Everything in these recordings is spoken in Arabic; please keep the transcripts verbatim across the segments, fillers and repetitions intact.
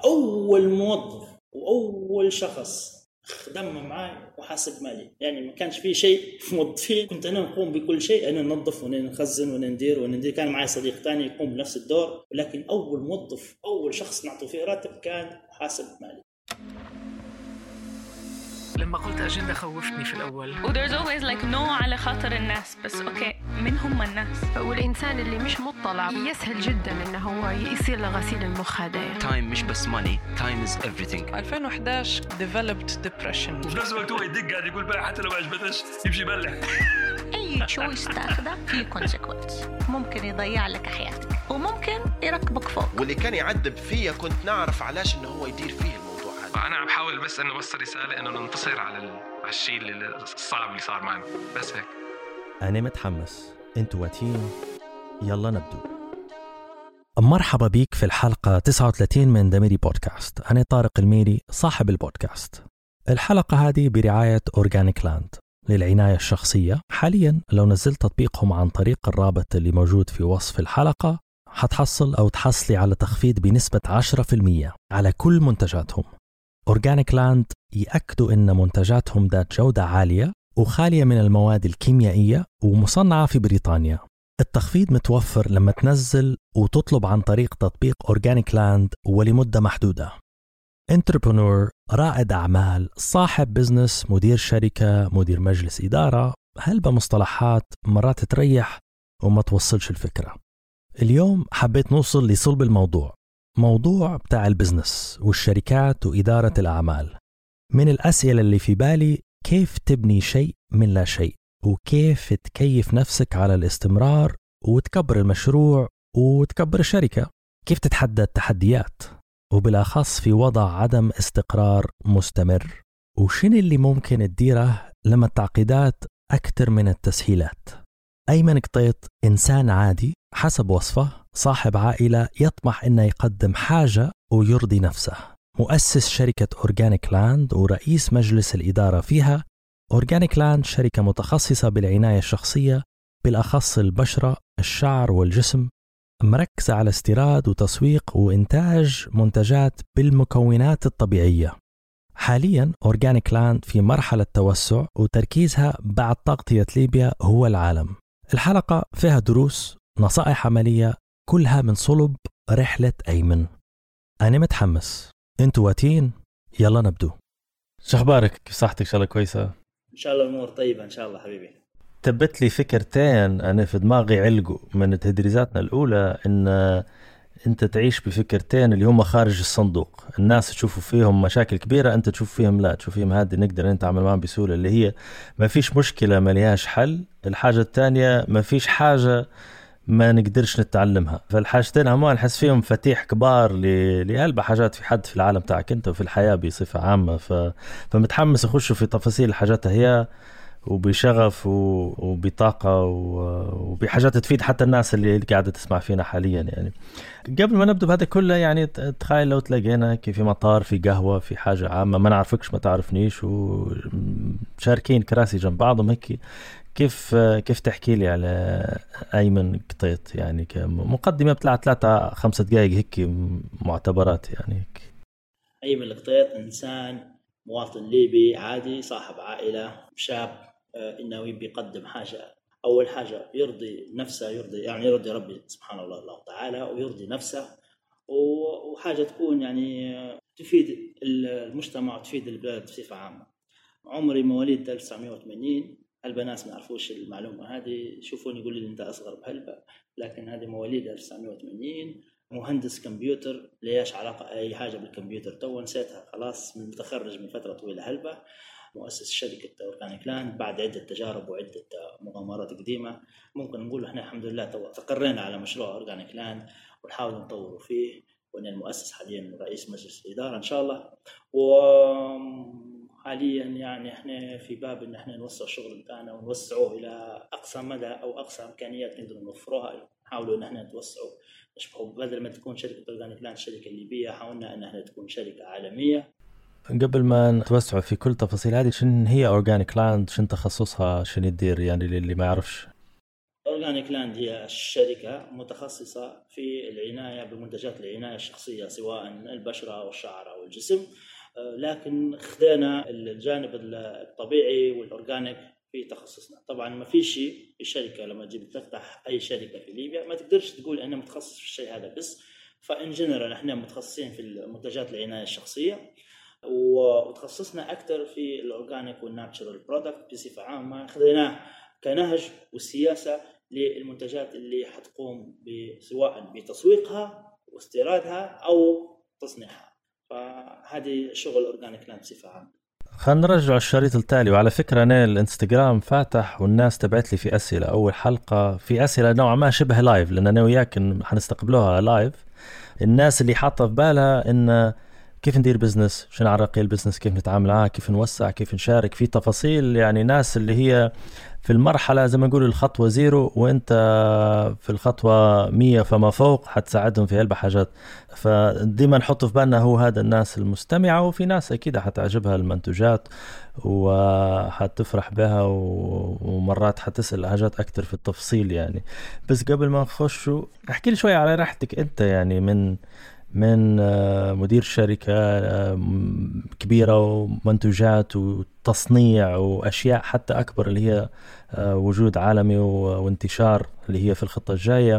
أول موظف وأول شخص خدم معي وحاسب مالي، يعني ما كانش فيه شيء في موظفين، كنت أنا نقوم بكل شيء، أنا ننظف ونخزن وندير وندير. كان معي صديق ثاني يقوم بنفس الدور، ولكن أول موظف أول شخص نعطيه فيه راتب كان حاسب مالي. لما قلت أجندة خوفتني في الأول. و there's always like no على خاطر الناس، بس أوكي من هم الناس؟ والإنسان اللي مش مطلع يسهل جدا إنه هو يصير لغسيل المخ هدايا. time مش بس money, time is everything. ألفين وإحدى عشر developed depression. وفي نفس الوقت هو يدق قاعد يقول بقى حتى لو ما عجبتش يمشي يبلع. أي تشويس تاخده فيه consequence، ممكن يضيع لك حياتك وممكن يركبك فوق. واللي كان يعذب فيا كنت نعرف علاش إنه هو يدير فيه الموضوع هذا. أنا عم بحاول بس إنه أوصل رسالة إنه ننتصر على على الشيء اللي الصعب اللي صار معنا، بس هيك. أنا متحمس، أنتوا واتين، يلا نبدو. مرحبا بيك في الحلقة تسعة وثلاثين من دميري بودكاست. أنا طارق الميري صاحب البودكاست. الحلقة هذه برعاية أورجانيك لاند للعناية الشخصية. حاليا لو نزلت تطبيقهم عن طريق الرابط اللي موجود في وصف الحلقة هتحصل أو تحصلي على تخفيض بنسبة عشرة بالمئة على كل منتجاتهم. أورجانيك لاند يأكدوا إن منتجاتهم ذات جودة عالية وخالية من المواد الكيميائية ومصنعة في بريطانيا. التخفيض متوفر لما تنزل وتطلب عن طريق تطبيق أورجانيك لاند ولمدة محدودة. انتربرونور، رائد أعمال، صاحب بزنس، مدير شركة، مدير مجلس إدارة، هلبة مصطلحات مرات تريح وما توصلش الفكرة. اليوم حبيت نوصل لصلب الموضوع، موضوع بتاع البزنس والشركات وإدارة الأعمال. من الأسئلة اللي في بالي كيف تبني شيء من لا شيء، وكيف تكيف نفسك على الاستمرار وتكبر المشروع وتكبر الشركة، كيف تتحدى التحديات وبالأخص في وضع عدم استقرار مستمر، وشين اللي ممكن تديره لما التعقيدات أكتر من التسهيلات. أيمن قطيط إنسان عادي حسب وصفه، صاحب عائلة يطمح إنه يقدم حاجة ويرضي نفسه، مؤسس شركة أورجانيك لاند ورئيس مجلس الإدارة فيها. أورجانيك لاند شركة متخصصة بالعناية الشخصية، بالأخص البشرة، الشعر والجسم، مركزة على استيراد وتسويق وإنتاج منتجات بالمكونات الطبيعية. حالياً أورجانيك لاند في مرحلة توسع وتركيزها بعد تغطية ليبيا هو العالم. الحلقة فيها دروس، نصائح عملية، كلها من صلب رحلة أيمن. أنا متحمس، أنتوا واتين، يلا نبدو. شو أخبارك؟ كيف صحتك؟ إن شاء الله كويسة؟ إن شاء الله الأمور طيبة إن شاء الله حبيبي. تبت لي فكرتين أنا في دماغي علقوا من تدريزاتنا الأولى، إن أنت تعيش بفكرتين اللي هم خارج الصندوق. الناس تشوفوا فيهم مشاكل كبيرة، أنت تشوف فيهم لا، تشوف فيهم هذه نقدر نتعامل معهم بسهولة، اللي هي ما فيش مشكلة ما ليهاش حل. الحاجة الثانية ما فيش حاجة ما نقدرش نتعلمها. فالحاجتين هم نحس فيهم فتيح كبار لهلبة حاجات في حد في العالم تاعك أنت وفي الحياة بصفة عامة. ف... فمتحمس أخش في تفاصيل الحاجات هي وبشغف وبطاقة وبحاجات تفيد حتى الناس اللي قاعدة تسمع فينا حاليا. يعني قبل ما نبدأ بهذا كله، يعني تخيل لو تلاقينا في مطار، في قهوة، في حاجة عامة ما نعرفكش ما تعرفنيش وشاركين كراسي جنب بعضهم هيك، كيف كيف تحكي لي على أيمن قطيط؟ يعني كمقدمة بتطلع ثلاثة خمسة دقائق هيك معتبرات. يعني هيك أيمن قطيط إنسان مواطن ليبي عادي، صاحب عائلة، شاب، إنه بيقدم حاجة. أول حاجة يرضي نفسه، يرضي يعني يرضي ربي سبحانه الله الله تعالى ويرضي نفسه، وحاجة تكون يعني تفيد المجتمع وتفيد البلاد بصفة عامة. عمري مواليد ألف وتسعمائة وثمانين، البنات ما يعرفوش المعلومة هذه، شوفوني يقولوا لي أنت أصغر بهلبة، لكن هذه مواليد ألف وتسعمائة وثمانين، مهندس كمبيوتر، ليش علاقة أي حاجة بالكمبيوتر تو نسيتها خلاص، من متخرج من فترة طويلة هلبة. مؤسس شركة أورجانيك لاند بعد عدة تجارب وعدة مغامرات قديمة. ممكن نقول إحنا الحمد لله تو استقرينا على مشروع أورجانيك لاند ونحاول نطور فيه، وأنا المؤسس حاليا رئيس مجلس الإدارة إن شاء الله. وحاليا يعني إحنا في باب إن إحنا نوسع الشغل بتاعنا ونوسعه إلى أقصى مدى أو أقصى إمكانيات نقدر نوفرها. نحاولوا إن إحنا نتوسعوا، نشبهوا بدل ما تكون شركة أورجانيك لاند شركة ليبية، حاولنا إن إحنا تكون شركة عالمية. قبل ما نتوسع في كل تفاصيل هذه، شن هي أورجانيك لاند؟ شن تخصصها؟ شن يدير يعني للي ما يعرفش؟ أورجانيك لاند هي الشركة متخصصة في العناية بمنتجات العناية الشخصية سواء البشرة والشعر أو الجسم، لكن خدينا الجانب الطبيعي والأورجانيك في تخصصنا. طبعا ما في شيء في الشركة لما تجيب تفتح أي شركة في ليبيا ما تقدرش تقول أنا متخصص في الشيء هذا بس، فإن جنرال إحنا متخصصين في المنتجات العناية الشخصية، وتخصصنا أكثر في الأورجانيك والناتشرال برودكت بصفة عامة. خدناه كنهج والسياسة للمنتجات اللي حتقوم سواء بتسويقها واستيرادها أو تصنيعها، فهذه شغل أورجانيك لاند بصفة عامة. خلينا نرجع الشريط التالي. وعلى فكرة أنا الانستغرام فاتح والناس تبعت لي في أسئلة. أول حلقة في أسئلة نوعا ما شبه لايف لأن أنا وياك حنستقبلوها لايف. الناس اللي حاطة في بالها إن كيف ندير بزنس، شنو عرقي البزنس، كيف نتعامل معاه، كيف نوسع، كيف نشارك في تفاصيل، يعني ناس اللي هي في المرحلة زي ما نقول الخطوة زيرو وانت في الخطوة مية فما فوق حتساعدهم في هالبحاجات. فديما نحط في بالنا هو هذا الناس المستمعة، وفي ناس أكيد حتعجبها المنتوجات وحتفرح بها ومرات حتسأل حاجات أكتر في التفصيل يعني. بس قبل ما نخشوا احكي لي شوية على راحتك انت، يعني من من مدير شركة كبيرة ومنتوجات وتصنيع وأشياء حتى أكبر اللي هي وجود عالمي وانتشار اللي هي في الخطة الجاية.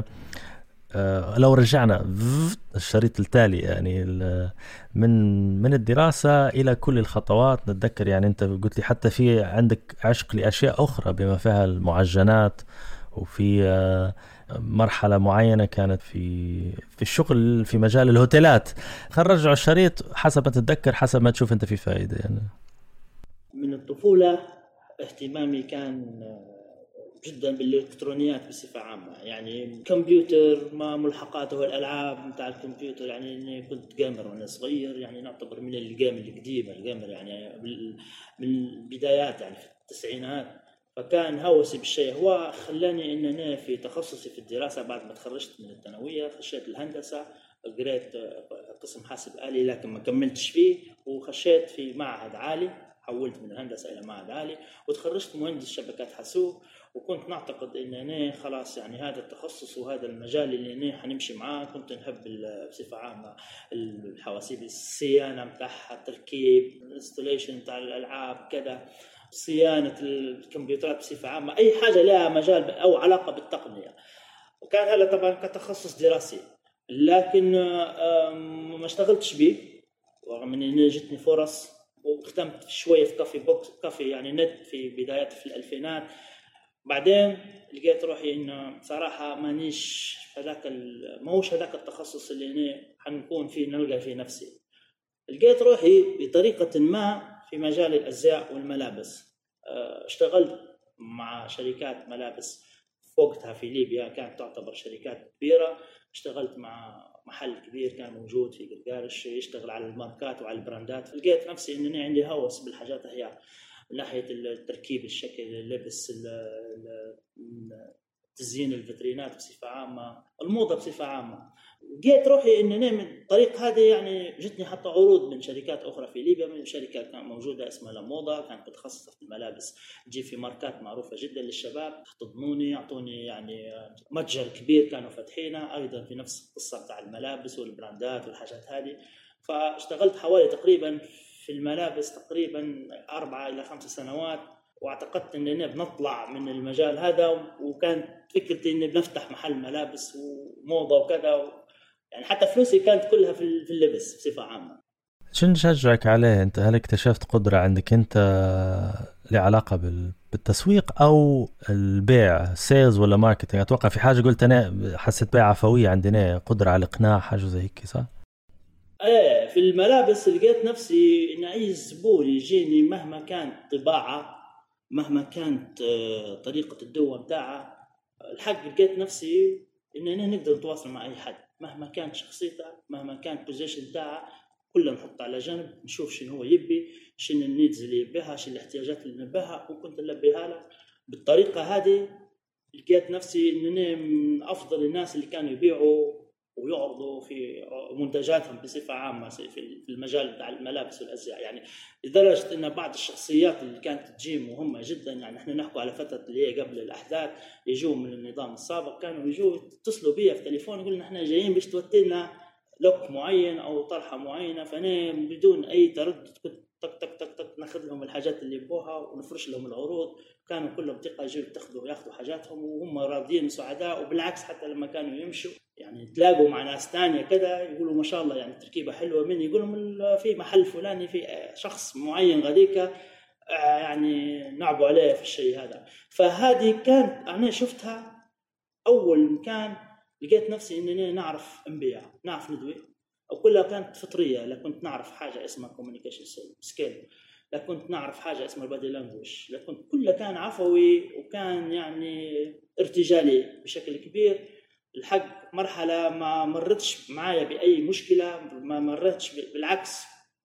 لو رجعنا الشريط التالي يعني من من الدراسة إلى كل الخطوات نتذكر، يعني أنت قلت لي حتى في عندك عشق لأشياء أخرى بما فيها المعجنات، وفي مرحلة معينة كانت في في الشغل في مجال الهوتيلات. خلينا نرجع الشريط حسب ما تتذكر حسب ما تشوف أنت في فائدة. يعني من الطفولة اهتمامي كان جدا بالإلكترونيات بصفة عامة، يعني كمبيوتر ما ملحقاته الألعاب متاع الكمبيوتر، يعني كنت جيمر وأنا صغير، يعني نعتبر من الجيم القديم الجيمر يعني من البدايات يعني في التسعينات. فكان هوسي بالشيء هو خلاني ان انا في تخصصي في الدراسه بعد ما تخرجت من الثانويه خشيت الهندسه، قريت قسم حاسب آلي لكن ما كملتش فيه، وخشيت في معهد عالي، حولت من الهندسه الى معهد عالي وتخرجت مهندس شبكات حاسوب. وكنت نعتقد ان انا خلاص يعني هذا التخصص وهذا المجال اللي انا حنمشي معاه. كنت نحب بصفه عامه الحواسيب، الصيانه بتاعها، التركيب، الانستليشن بتاع الالعاب كذا، صيانة الكمبيوترات بصفة عامة، أي حاجة لها مجال أو علاقة بالتقنية. وكان هذا طبعا كتخصص دراسي، لكن ما اشتغلتش به رغم أن جتني فرص وختمت شوية في كافي بوكس كافي يعني نت في بدايات في الألفينات. بعدين لقيت روحي إنه صراحة مانيش هذاك ما هوش هذاك التخصص اللي أنا حنكون فيه نلقى فيه نفسي. لقيت روحي بطريقة ما في مجال الأزياء والملابس. اشتغلت مع شركات ملابس وقتها في ليبيا كانت تعتبر شركات كبيرة. اشتغلت مع محل كبير كان موجود في قرقارش يشتغل على الماركات وعلى البراندات. لقيت نفسي أنني عندي هوس بالحاجات هي من ناحية التركيب، الشكل، اللبس، تزيين الفيترينات بصفة عامة، الموضة بصفة عامة. لقيت روحي إنني من الطريق هذا يعني جتني حتى عروض من شركات أخرى في ليبيا، من شركة كانت موجودة اسمها لموضة كانت متخصصة في الملابس، تجي في ماركات معروفة جدا للشباب، تضموني يعطوني يعني متجر كبير كانوا فاتحينه أيضا في نفس القصة بتاع الملابس والبراندات والحاجات هذه. فاشتغلت حوالي تقريبا في الملابس تقريبا أربعة إلى خمس سنوات، واعتقدت إننا بنطلع من المجال هذا، وكانت فكرتي إني بنفتح محل ملابس وموضة وكذا، يعني حتى فلوسي كانت كلها في اللبس بصفة عامة. شنو شجعك عليه أنت؟ هل اكتشفت قدرة عندك أنت له علاقة بالتسويق أو البيع، سيلز ولا ماركتينج؟ أتوقع في حاجة قلت أنا حسيت بيع عفوية عندنا، قدرة على الإقناع، حاجة زي هيك صح؟ ايه في الملابس لقيت نفسي ان اي زبون يجيني مهما كانت طباعه، مهما كانت طريقه الدوه بتاعه، الحق لقيت نفسي ان انا نقدر نتواصل مع اي حد مهما كانت شخصيته، مهما كانت بوزيشن بتاعه، كله نحط على جنب نشوف شنو هو يبي، شنو النيدز اللي يبيها، شنو الاحتياجات اللي نبيها، وكنت نلبيها له بالطريقه هذه. لقيت نفسي ان انا من افضل الناس اللي كانوا يبيعوا ويعرضوا في منتجاتهم بصفة عامة في المجال بتاع الملابس والأزياء. يعني لدرجة أن بعض الشخصيات اللي كانت تجي مهمة جدا، يعني احنا نحكوا على فترة اللي هي قبل الأحداث، يجوا من النظام السابق كانوا يجوا يتصلوا بيا في تليفون يقولوا احنا جايين باش توتلنا لوك معين أو طرحة معينة، فأنا بدون أي تردد كنت تك تك تك تك ناخذ لهم الحاجات اللي يبوها ونفرش لهم العروض. كانوا كلهم ثقة يجوا ياخذوا ياخذوا حاجاتهم وهم راضيين وسعداء. وبالعكس حتى لما كانوا يمشوا يعني تلاقوا مع ناس تانية كده يقولوا ما شاء الله يعني التركيبة حلوة مني، يقولوا في محل فلاني في شخص معين غاديك يعني نعبوا عليه في الشيء هذا. فهذه كانت أنا شفتها أول مكان لقيت نفسي إنني نعرف انبياء، نعرف ندوي، أو كلها كانت فطرية. لا كنت نعرف حاجة اسمها communication skill، لا كنت نعرف حاجة اسمها body language، لا كنت كلها كان عفوي وكان يعني ارتجالي بشكل كبير. الحق مرحلة ما مرتش معايا بأي مشكلة، ما مرتش بالعكس،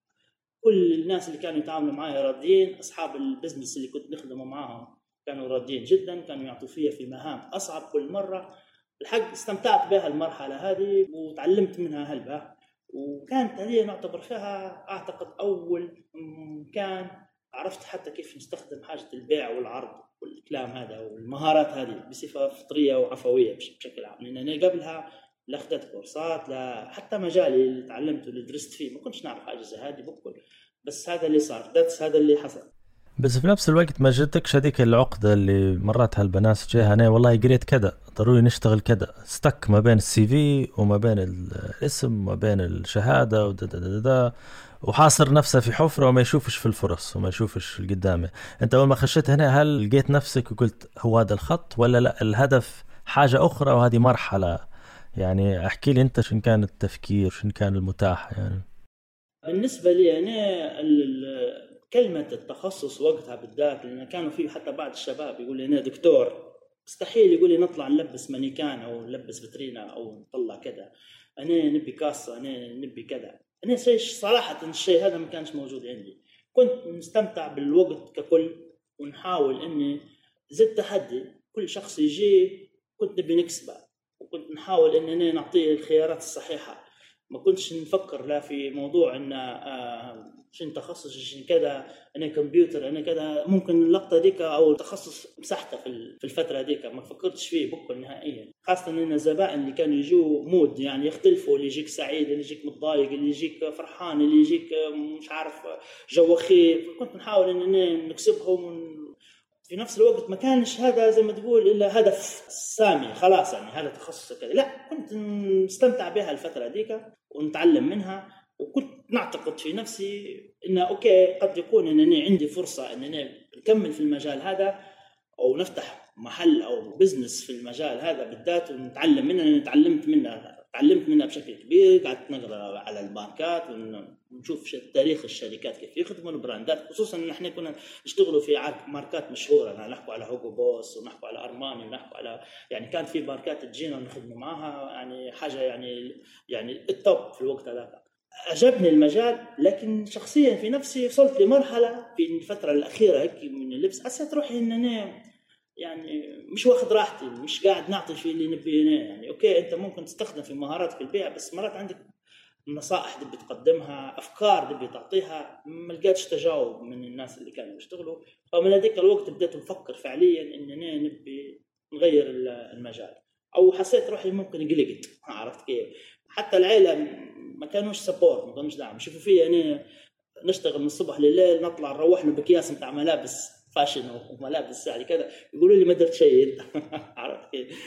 كل الناس اللي كانوا يتعاملوا معايا راضيين. أصحاب البزنس اللي كنت نخدمه معاهم كانوا راضيين جدا، كانوا يعطوا فيها في مهام أصعب كل مرة. الحق استمتعت بها المرحلة هذه وتعلمت منها هلبة، وكانت هذه نعتبر فيها أعتقد أول مكان عرفت حتى كيف نستخدم حاجة البيع والعرض والكلام هذا والمهارات هذه بصفة فطرية وعفوية بشكل عام. لأن أنا قبلها لا أخذت كورسات، لا حتى مجالي اللي تعلمته اللي درست فيه ما كنتش نعرف حاجة زي هذه بكل، بس هذا اللي صار، ده هذا اللي حصل. بس في نفس الوقت ما جتكش هذيك العقدة اللي مرات هالبنات جاها أنا والله قريت كذا ضروري نشتغل كذا، استك ما بين السي في وما بين الاسم وما بين الشهادة ودا دا دا دا، وحاصر نفسه في حفرة وما يشوفش في الفرص وما يشوفش القدامه. أنت أول ما خشيت هنا هل لقيت نفسك وقلت هو هذا الخط، ولا لا الهدف حاجة أخرى وهذه مرحلة؟ يعني أحكي لي أنت شن كان التفكير، شن كان المتاح يعني. بالنسبة لي أنا كلمة التخصص وقتها بالذات، لأن كانوا فيه حتى بعض الشباب يقول لي أنا دكتور، مستحيل يقول لي نطلع نلبس مانيكان أو نلبس فيترينا أو نطلع كذا، أنا نبي كاسة، أنا نبي كذا. أنا شيء صراحة الشيء هذا ما كانش موجود عندي. كنت مستمتع بالوقت ككل ونحاول إني زد تحدي كل شخص يجي كنت نبي نكسبه، وكنت نحاول إننا نعطيه الخيارات الصحيحة. ما كنتش نفكر لا في موضوع إن آه شن تخصص شن كذا، أنا كمبيوتر أنا كذا. ممكن اللقطة ديك أو تخصص مسحته في الفترة ديك ما فكرتش فيه بكل نهائيا، خاصة إن الزبائن اللي كانوا يجوا مود يعني يختلفوا، اللي يجيك سعيد، اللي يجيك متضايق، اللي يجيك فرحان، اللي يجيك مش عارف جو خير. كنت نحاول إننا نكسبهم في نفس الوقت. ما كانش هذا زي ما تقول إلا هدف سامي خلاص يعني هذا تخصص كذا، لا كنت مستمتع بها الفترة ديك ونتعلم منها. وكنت نعتقد في نفسي إن أوكي قد يكون إنني عندي فرصة إنني نكمل في المجال هذا أو نفتح محل أو بزنس في المجال هذا بالذات ونتعلم منه. أنا تعلمت منه تعلمت منها بشكل كبير. قعدت نقرأ على الماركات ونشوف تاريخ الشركات كيف يخدموا البراندات، خصوصا إن إحنا كنا نشتغلوا في ماركات مشهورة، نحكوا على هوجو بوس ونحكوا على أرماني ونحكوا على يعني كان في ماركات تجينا نخدم معها يعني حاجة يعني يعني التوب في الوقت هذا. عجبني المجال، لكن شخصيا في نفسي وصلت لمرحلة في الفترة الأخيرة هيك من اللبس حسيت روحي إن أنا يعني مش واخد راحتي، مش قاعد نعطي في اللي نبيه هنا. يعني أوكي أنت ممكن تستخدم في مهارات في البيع، بس مرات عندك نصائح تبي تقدمها، أفكار تبي تعطيها، ما لقيتش تجاوب من الناس اللي كانوا يشتغلوا. فمن هذيك الوقت بدأت نفكر فعليا إننا نبي نغير المجال، أو حسيت روحي ممكن قلقت. عرفت كيف؟ حتى العائلة ما كانوش سبورت، ما كانوش دعم. شوفوا فيا أنا نشتغل من الصبح لليل، نطلع نروح له بكياس متاع ملابس فاشن وملابس يعني كذا، يقولوا لي ما درت شيء. عرفت كيف؟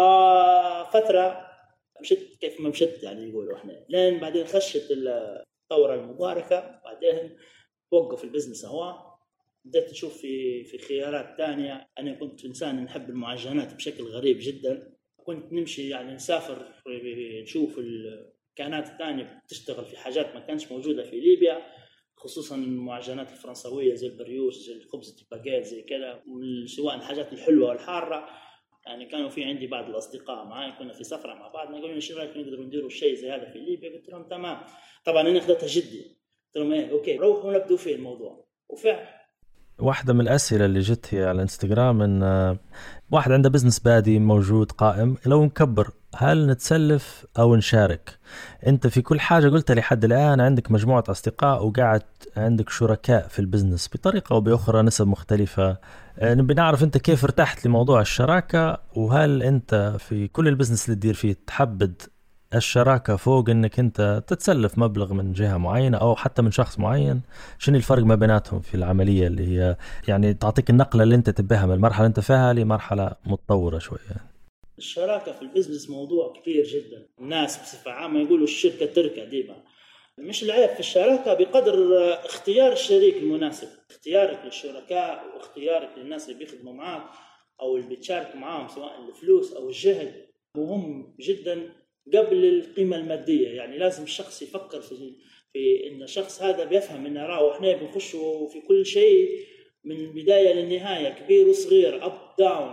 ففترة مشيت كيف ما مشيت يعني يقولوا إحنا، لين بعدين خشت الثورة المباركة، بعدين وقف البزنس هو. بدأت نشوف في في خيارات تانية. أنا كنت إنسان نحب المعجنات بشكل غريب جدا، كنت نمشي يعني نسافر نشوف الكيانات الثانية بتشتغل في حاجات ما كانش موجودة في ليبيا، خصوصا المعجنات الفرنسوية زي البريوش زي الخبز الباجيت زي كذا، سواء الحاجات الحلوة والحارة. يعني كانوا في عندي بعض الأصدقاء معي كنا في سفرة مع بعض، يقولون لي شو رأيك نقدر نديروا شيء زي هذا في ليبيا؟ قلت لهم تمام. طبعا أنا أخذتها جدي، قلت لهم إيه أوكي روحوا نبدأ في الموضوع. وفعلا واحدة من الأسئلة اللي جت هي على الانستغرام إن واحد عنده بزنس بادي موجود قائم، لو نكبر هل نتسلف أو نشارك؟ أنت في كل حاجة قلت لحد الآن عندك مجموعة أصدقاء وقاعد عندك شركاء في البزنس بطريقة أو بأخرى، نسب مختلفة. نبي نعرف أنت كيف ارتحت لموضوع الشراكة، وهل أنت في كل البزنس اللي تدير فيه تحبد الشراكة فوق أنك أنت تتسلف مبلغ من جهة معينة أو حتى من شخص معين؟ شنو الفرق ما بيناتهم في العملية اللي هي يعني تعطيك النقلة اللي أنت تبيها من المرحلة اللي أنت فيها لمرحلة متطورة شوية؟ الشراكة في البزنس موضوع كبير جدا. الناس بصفة عامة يقولوا الشركة تركة ديما. مش العيب في الشراكة بقدر اختيار الشريك المناسب، اختيارك للشركاء واختيارك للناس اللي بيخدموا معاك أو اللي بتشارك معاهم سواء الفلوس أو الجهد مهم جدا قبل القيمة المادية. يعني لازم الشخص يفكر في في إن الشخص هذا بيفهم إن راه إحنا بنخشوا في كل شيء من البداية للنهاية، كبير وصغير، أب داون.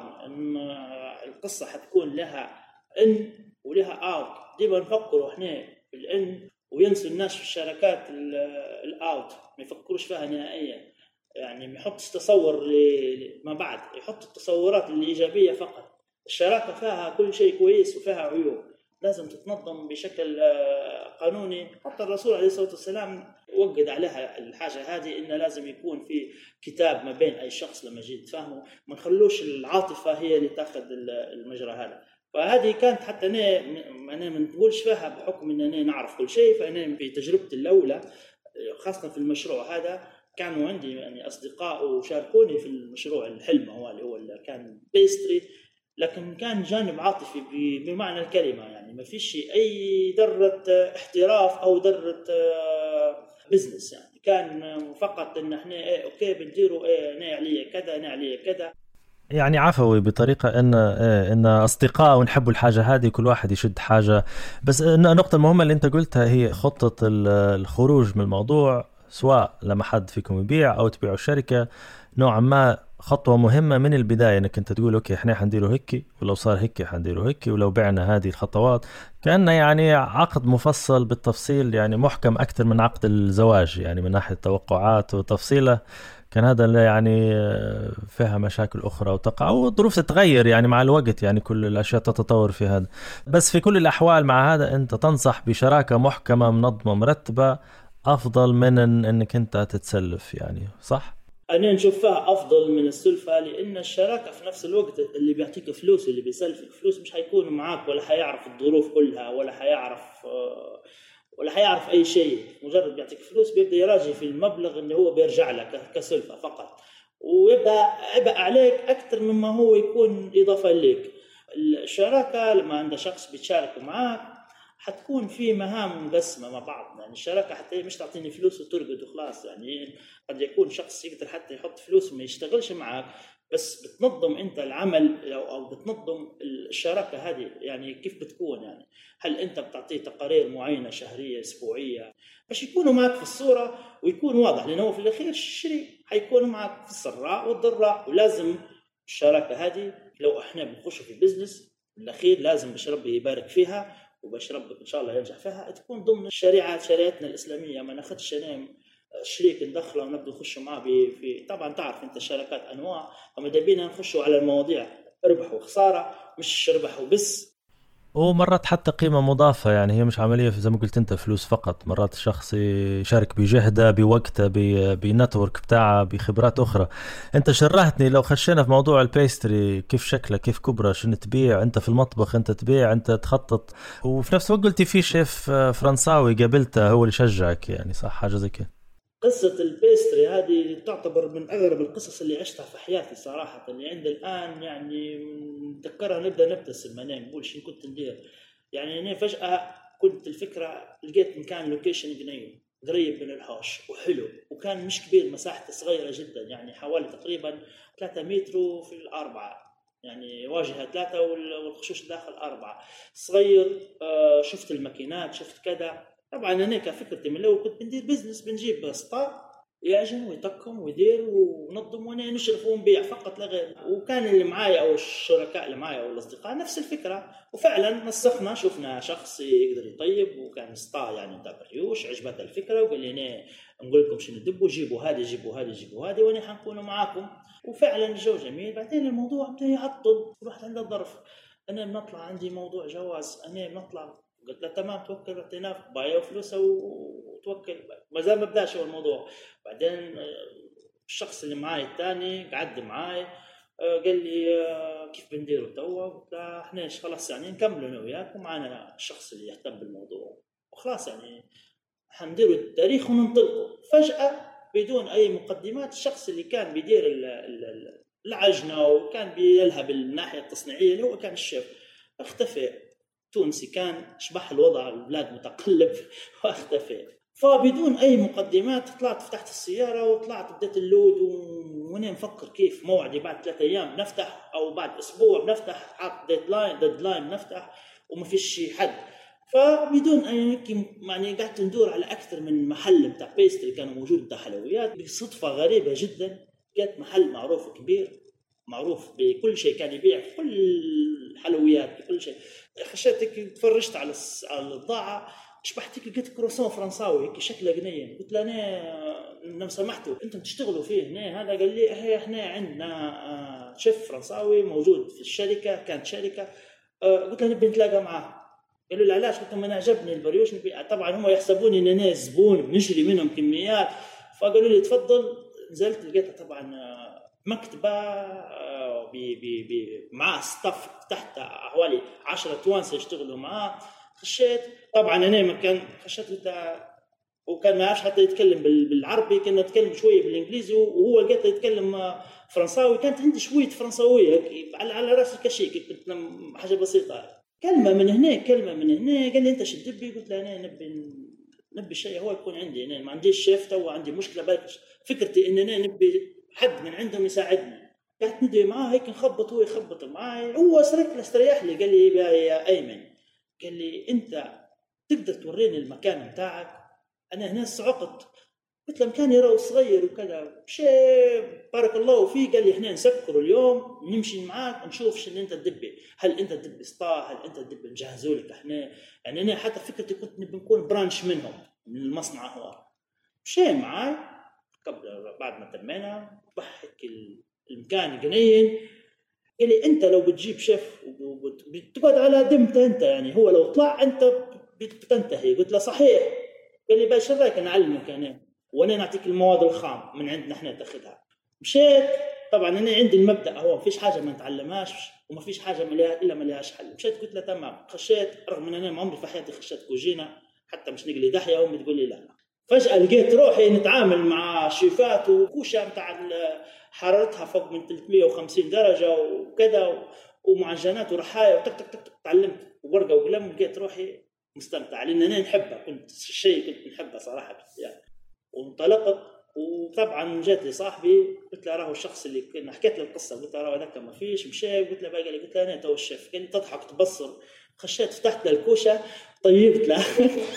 القصة حتكون لها إن ولها أوت. ديما نفكروا إحنا في الإن وينسوا الناس في الشركات الأوت، ما يفكروش فيها نهائيا. يعني ما يحطش تصور ما بعد، يحط التصورات الإيجابية فقط. الشراكة فيها كل شيء كويس وفيها عيوب، لازم تتنظم بشكل قانوني. حتى الرسول عليه الصلاة والسلام وقد عليها الحاجة هذه، إن لازم يكون في كتاب ما بين أي شخص لما يجي تفهمه، ما نخلوش العاطفة هي اللي تأخذ المجرى هذا. فهذه كانت حتى أنا أنا ما نقولش فيها بحكم إن أنا نعرف كل شيء، فأنا في تجربتي الأولى خاصة في المشروع هذا كانوا عندي يعني أصدقاء وشاركوني في المشروع الحلم هو اللي هو اللي كان بيستري، لكن كان جانب عاطفي بمعنى الكلمة. يعني ما فيش أي ذرة احتراف أو ذرة بزنس، يعني كان فقط إن إحنا إيه أوكي بنديروا إيه نعليه كذا نعليه كذا، يعني عفوي بطريقة إن إن أصدقاء ونحبوا الحاجة هذه، كل واحد يشد حاجة. بس النقطة المهمة اللي أنت قلتها هي خطة الخروج من الموضوع، سواء لما حد فيكم يبيع أو تبيعوا الشركة، نوعا ما خطوة مهمة من البداية إنك أنت تقول أوكي إحنا حنديره هيك، ولو صار هيك حنديره هيك، ولو بعنا هذه الخطوات. كأنه يعني عقد مفصل بالتفصيل، يعني محكم أكثر من عقد الزواج، يعني من ناحية توقعات وتفصيله. كان هذا يعني فيها مشاكل أخرى وتقع والظروف تتغير يعني مع الوقت، يعني كل الأشياء تتطور في هذا. بس في كل الأحوال مع هذا أنت تنصح بشراكة محكمة منظمة مرتبة أفضل من أنك أنت تتسلف، يعني صح؟ أنا نشوفها أفضل من السلفة، لأن الشراكة في نفس الوقت اللي بيعطيك فلوس واللي بيسلفك فلوس مش هيكون معاك ولا هيعرف الظروف كلها ولا هيعرف ولا هيعرف أي شيء. مجرد بيعطيك فلوس بيبدأ يراجع في المبلغ اللي هو بيرجع لك كسلفة فقط، ويبدأ عبء عليك أكثر مما هو يكون إضافة لك. الشراكة لما عند شخص بيتشارك معاك حتكون في مهام مقسمة مع بعض. يعني الشراكة حتى مش تعطيني فلوس وترقد وخلاص، يعني قد يكون شخص يقدر حتى يحط فلوس وما يشتغلش معاك، بس بتنظم انت العمل او بتنظم الشراكة هذه. يعني كيف بتكون؟ يعني هل انت بتعطيه تقارير معينة شهرية اسبوعية باش يكونوا معك في الصورة ويكون واضح، لانه في الاخير الشريك حيكونوا معك في السراء والضراء. ولازم الشراكة هذه لو احنا بنخش في بيزنس بالاخير لازم باش ربي يبارك فيها وباش ربك ان شاء الله ينجح فيها تكون ضمن الشريعة شريعتنا الاسلامية. ما ناخذش نام شريك ندخله ونبدأ نخش معه في طبعا تعرف انت الشركات انواع، وماذا بينا نخشوا على المواضيع ربح وخسارة مش ربح وبس. ومرات حتى قيمة مضافة، يعني هي مش عملية زي ما قلت انت فلوس فقط. مرات الشخص يشارك بجهده بوقته بنتورك بتاعه بخبرات اخرى. انت شرحتني لو خشينا في موضوع البيستري، كيف شكله كيف كبره، شنو تبيع انت في المطبخ، انت تبيع انت تخطط، وفي نفس الوقت قلتي في شيف فرنساوي قابلته هو اللي شجعك، يعني صح حاجة زي كده؟ قصة البيستري هذه تعتبر من أغرب القصص اللي عشتها في حياتي صراحة. اللي عند الآن يعني نتذكرها نبدأ نبتسم. أنا نقول شو كنت ندير. يعني أنا فجأة كنت الفكرة لقيت مكان لوكيشن قريب قريب من الحوش وحلو، وكان مش كبير، مساحته صغيرة جدا، يعني حوالي تقريبا ثلاثة متر في الأربعة، يعني واجهة ثلاثة والخشوش داخل أربعة، صغير. آه شفت الماكينات شفت كذا. طبعا أنا كفكرتي من الأول كنت بندير بزنس، بنجيب ستار يعجن ويتقم ويدير وننظم وانا نشرف ونبيع فقط لا غير. وكان اللي معايا او الشركاء اللي معايا او الاصدقاء نفس الفكره، وفعلا نسقنا شفنا شخص يقدر يطيب وكان ستار يعني تاع ريوش، عجبته الفكره وقال لي انا نقول لكم شنو ندبوا، جيبوا هذه جيبوا هذه جيبوا هذه وانا حنكون معاكم. وفعلا الجو جميل. بعدين الموضوع بدا يعطل، رحت عند الظرف انا بنطلع عندي موضوع جواز، انا بنطلع. قلت له تمام توكل، اعطيناه بايع فلوسه وتوكل، ما زال ما بداش هو الموضوع. بعدين الشخص اللي معاي الثاني قعد معاي قال لي كيف بنديروا توا؟ قلت له احنا خلاص يعني نكملوا انا وياك ومعنا الشخص اللي يهتم بالموضوع وخلاص، يعني حنديروا التاريخ وننطلقوا. فجأة بدون اي مقدمات الشخص اللي كان بيدير العجنة وكان بيلها بالناحية التصنيعية اللي هو كان الشيف اختفى. تونسي كان، شبح الوضع، البلاد متقلب واختفى. فبدون اي مقدمات طلعت فتحت السياره وطلعت بديت اللود، وانا نفكر كيف موعدي بعد ثلاثة ايام نفتح او بعد اسبوع بنفتح، حاط ديدلاين ديدلاين نفتح وما فيش شي حد. فبدون اي يعني قعدت ندور على اكثر من محل بتاع بيستري كانوا موجود بتاع حلويات. بصدفه غريبه جدا لقيت محل معروف كبير معروف بكل شيء، كان يبيع كل الحلويات بكل شيء. خشيت تفرجت على على البضاعه، شبحت لقيت كروسون فرنساوي هيك شكله جنين. قلت له انا لو سمحتوا انتم تشتغلوا فيه هنا هذا؟ قال لي هي احنا عندنا شيف فرنساوي موجود في الشركه، كانت شركه. قلت له نبي نتلاقى معاه. قالوا لي علاش؟ قلت لهم انا عجبني البريوش. طبعا هم يحسبوني ان انا زبون بنشري منهم كميات، فقالوا لي تفضل. نزلت لقيتها طبعا مكتبه بي بي بي مع ستاف تحت حوالي عشرة توانسه يشتغلوا معاه. خشيت طبعا انا ما كان خشيت وكان ما يعرفش حتى يتكلم بالعربي، كان يتكلم شويه بالانجليزي وهو لقيته يتكلم فرنساوي. كانت عندي شويه فرنساويه على على راس الكشيك، كنت حاجه بسيطه، كلمه من هنا كلمه من هنا. قال لي انت شو تبي؟ قلت له انا نبي نبي شيء هو يكون عندي، انا ما عنديش شيف تو، عندي مشكله بالك فكرتي ان انا نبي حد من عندهم يساعدني. قعدت ندوي معاه هيك نخبط، هو يخبط معي، هو سرك استريح لي. قال لي يا ايمن، قال لي انت تقدر توريني المكان بتاعك؟ انا هنا صعقت. قلت له مكاني راه صغير وكذا. شيء بارك الله فيه. قال لي احنا نسكر اليوم نمشي معاك نشوف شنو انت تدبي، هل انت تدبي سطا، هل انت تدبي نجهزوا لك احنا. يعني انا حتى فكرتي كنت نبي نكون برانش منهم من المصنع. هو مشي معاي قبل بعد ما تمينا بحك المكان جنين. قال لي انت لو بتجيب شيف وبتقعد على دمت انت، يعني هو لو طلع انت بتنتهي. قلت له صحيح. قال لي باش رايك نعلمك انا وانا نعطيك المواد الخام من عندنا احنا تاخذها. مشيت طبعا انا عندي المبدا هو ما فيش حاجه ما نتعلمهاش وما فيش حاجه مليها الا ما لهاش حل. مشيت قلت له تمام. خشيت رغم ان انا ما عمري في حياتي خشيت كوجينه حتى مش نقلي دحيه، امي تقول لي لا. فجاه لقيت روحي نتعامل مع شيفات وكوشه بتاع حرارتها فوق من ثلاثمية وخمسين درجه وكذا ومعجنات ورحايا وتك تك تك. تعلمت ورقه وقلم، لقيت روحي مستمتع لان انا نحبها، كنت شيء كنت نحبه صراحه يعني. وانطلقت. وطبعا جات لي صاحبي قلت له راهو الشخص اللي كنا حكيت له القصه، قلت له راهو هذاك ما فيش. مشى قلت له باقي، قلت له انا تو الشيف. قال لي تضحك تبصر. خشيت فتحت له الكوشه طيبت له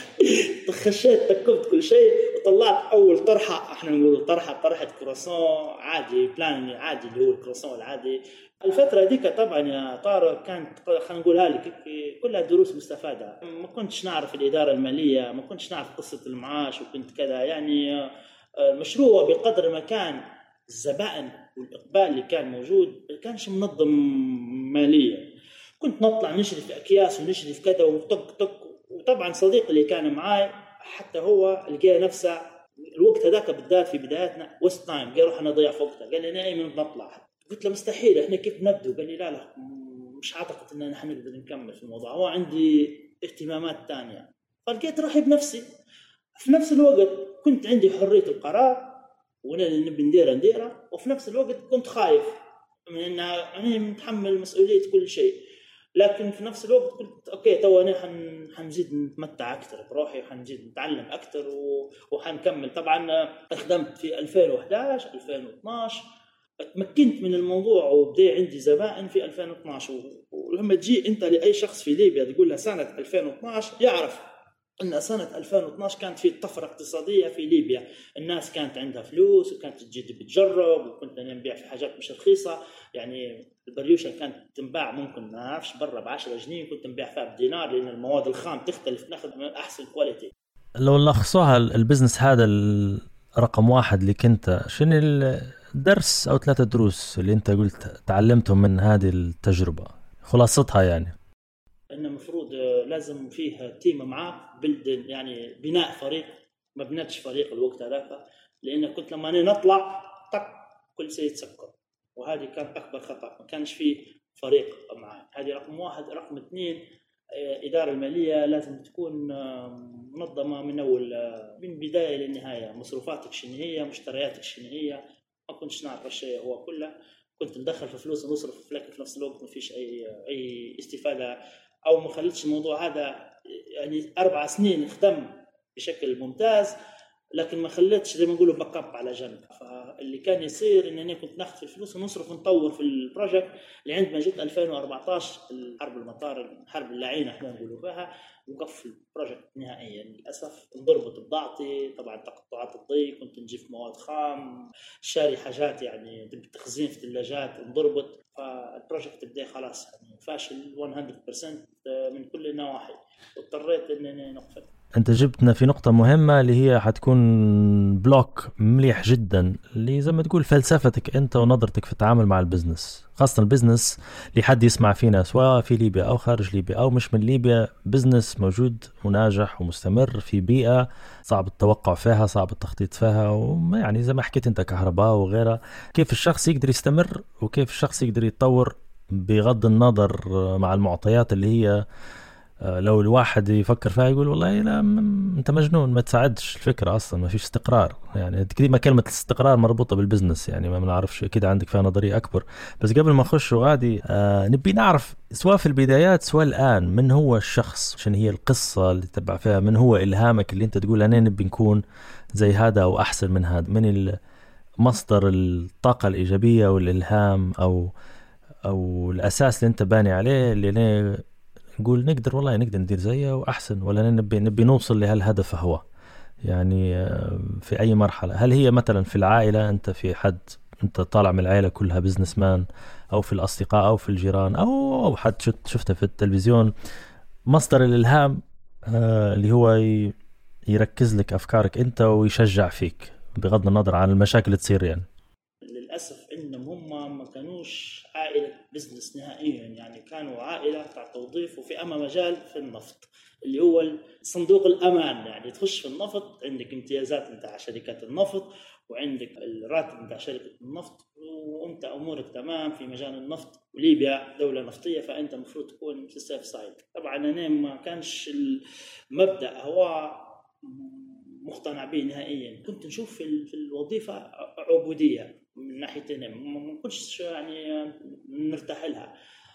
خشيت تكبت كل شيء وطلعت اول طرحه، احنا نقول طرحه طرحه كروسون عادي بلان عادي اللي هو الكروسون العادي. الفتره ديك طبعا يا طارق كانت خلينا نقولها لك كلها دروس مستفاده. ما كنتش نعرف الاداره الماليه، ما كنتش نعرف قصه المعاش، وكنت كذا يعني مشروع بقدر ما كان الزبائن والاقبال اللي كان موجود ما كانش منظم ماليا. كنت نطلع نشري في اكياس ونشري في كذا وطق طق. وطبعا صديقي اللي كان معاي حتى هو لقى نفسه الوقت هذاك بالذات في بداياتنا وست تايم، قال روح نضيع في وقتها. قال لي انا ايمن نطلع. قلت له مستحيل احنا كيف نبدو؟ قال لي لا لا مش اعتقد ان احنا نقدر نكمل في الموضوع، هو عندي اهتمامات ثانيه. فلقيت روحي بنفسي. في نفس الوقت كنت عندي حريه القرار وانا اللي نبي نديره نديره، وفي نفس الوقت كنت خايف من ان انا متحمل مسؤوليه كل شيء. لكن في نفس الوقت قلت اوكي تو انا حن حنزيد نتمتع اكثر بروحي وحنزيد نتعلم اكثر وحنكمل. طبعا خدمت في ألفين وإحدى عشر ألفين واثناش، تمكنت من الموضوع وبدأ عندي زبائن في ألفين واثناشر. ولما تجي انت لاي شخص في ليبيا تقول له سنه ألفين واثناشر يعرف ان سنه ألفين واثناشر كانت في طفره اقتصاديه في ليبيا. الناس كانت عندها فلوس وكانت تجي بتجرب، وكنت نبيع في حاجات مش رخيصه. يعني البريوشه كانت تنباع ممكن ما اعرفش برا ب عشرة جنيه، كنت نبيع فيها بدينار لان المواد الخام تختلف، ناخذ من احسن كواليتي. لو لخصوها البزنس هذا رقم واحد اللي كنت شنو الدرس او ثلاثه دروس اللي انت قلت تعلمتهم من هذه التجربه؟ خلاصتها يعني إن المفروض لازم فيها تيم معاك بلد، يعني بناء فريق. ما بنتش فريق الوقت هذاك، لأن كنت لما نطلع طق كل شيء يتسكر، وهذه كانت أكبر خطأ. ما كانش فيه فريق معاي. هذه رقم واحد. رقم اثنين، إدارة المالية لازم تكون منظمة من أول، من بداية للنهاية. مصروفاتك شنو هي، مشترياتك شنو هي. ما كنتش نعرف الشيء هو كله. كنت مدخل في فلوس ونصرف فلك في نفس الوقت، ما فيش أي أي استفادة، أو ما خلتش الموضوع هذا. يعني أربع سنين خدم بشكل ممتاز، لكن ما خلتش زي ما نقولوا باك اب على جنب. فاللي كان يصير إن أنا كنت ناخذ في الفلوس ونصرف ونطور في البروجكت. لعندما جيت ألفين وأربعتاشر الحرب المطار، الحرب اللعينة احنا نقولوا فيها، وقف البروجكت نهائيا للأسف. انضربت بضاعتي طبعا، تقطعات الضي، كنت نجيب مواد خام، شاري حاجات يعني تخزين في ثلاجات، انضربت. فالبروجكت بدأ خلاص يعني فاشل مية بالمية من كل النواحي، واضطريت إنني نقفل. انت جبتنا في نقطة مهمة اللي هي حتكون بلوك مليح جدا، اللي زي ما تقول فلسفتك انت ونظرتك في التعامل مع البزنس، خاصة البزنس اللي حد يسمع فينا سواء في ليبيا او خارج ليبيا او مش من ليبيا. بزنس موجود وناجح ومستمر في بيئة صعب التوقع فيها، صعب التخطيط فيها، وما يعني زي ما حكيت انت كهرباء وغيرها. كيف الشخص يقدر يستمر وكيف الشخص يقدر يتطور بغض النظر مع المعطيات اللي هي لو الواحد يفكر فيها يقول والله لا م- انت مجنون، ما تساعدش الفكرة اصلا، ما فيش استقرار. يعني كلمة كلمة الاستقرار مربوطة بالبزنس، يعني ما بنعرفش كده، عندك فيها نظرية اكبر. بس قبل ما نخش غادي آه نبي نعرف سواء في البدايات سواء الان، من هو الشخص، شنو هي القصة اللي تبع فيها، من هو الهامك اللي انت تقول انا نبي نكون زي هذا او احسن من هذا، من مصدر الطاقة الايجابية والالهام او او الاساس اللي انت باني عليه، اللي انا نقول نقدر والله نقدر ندير زيه وأحسن، ولا نبي نبي نوصل لهالهدف. هو يعني في أي مرحلة، هل هي مثلا في العائلة، أنت في حد أنت طالع من العائلة كلها بزنس مان، أو في الأصدقاء أو في الجيران، أو أو حد شفته في التلفزيون، مصدر الإلهام اللي هو يركز لك أفكارك أنت ويشجع فيك بغض النظر عن المشاكل اللي تصير. يعني للأسف إنهم هم ما كانوش عائلة بزنس نهائيا، يعني كانوا عائلة تاع توظيف، وفي أما مجال في النفط اللي هو صندوق الأمان. يعني تخش في النفط عندك امتيازات نتاع شركات النفط، وعندك الراتب نتاع شركة النفط، وأنت أمورك تمام في مجال النفط، وليبيا دولة نفطية، فأنت المفروض تكون في السيف سايد. طبعا أنا ما كانش المبدأ هو مقتنع به نهائيا. كنت نشوف في الوظيفة عبودية من ناحيتين، ما كنتش يعني نرتاح لها.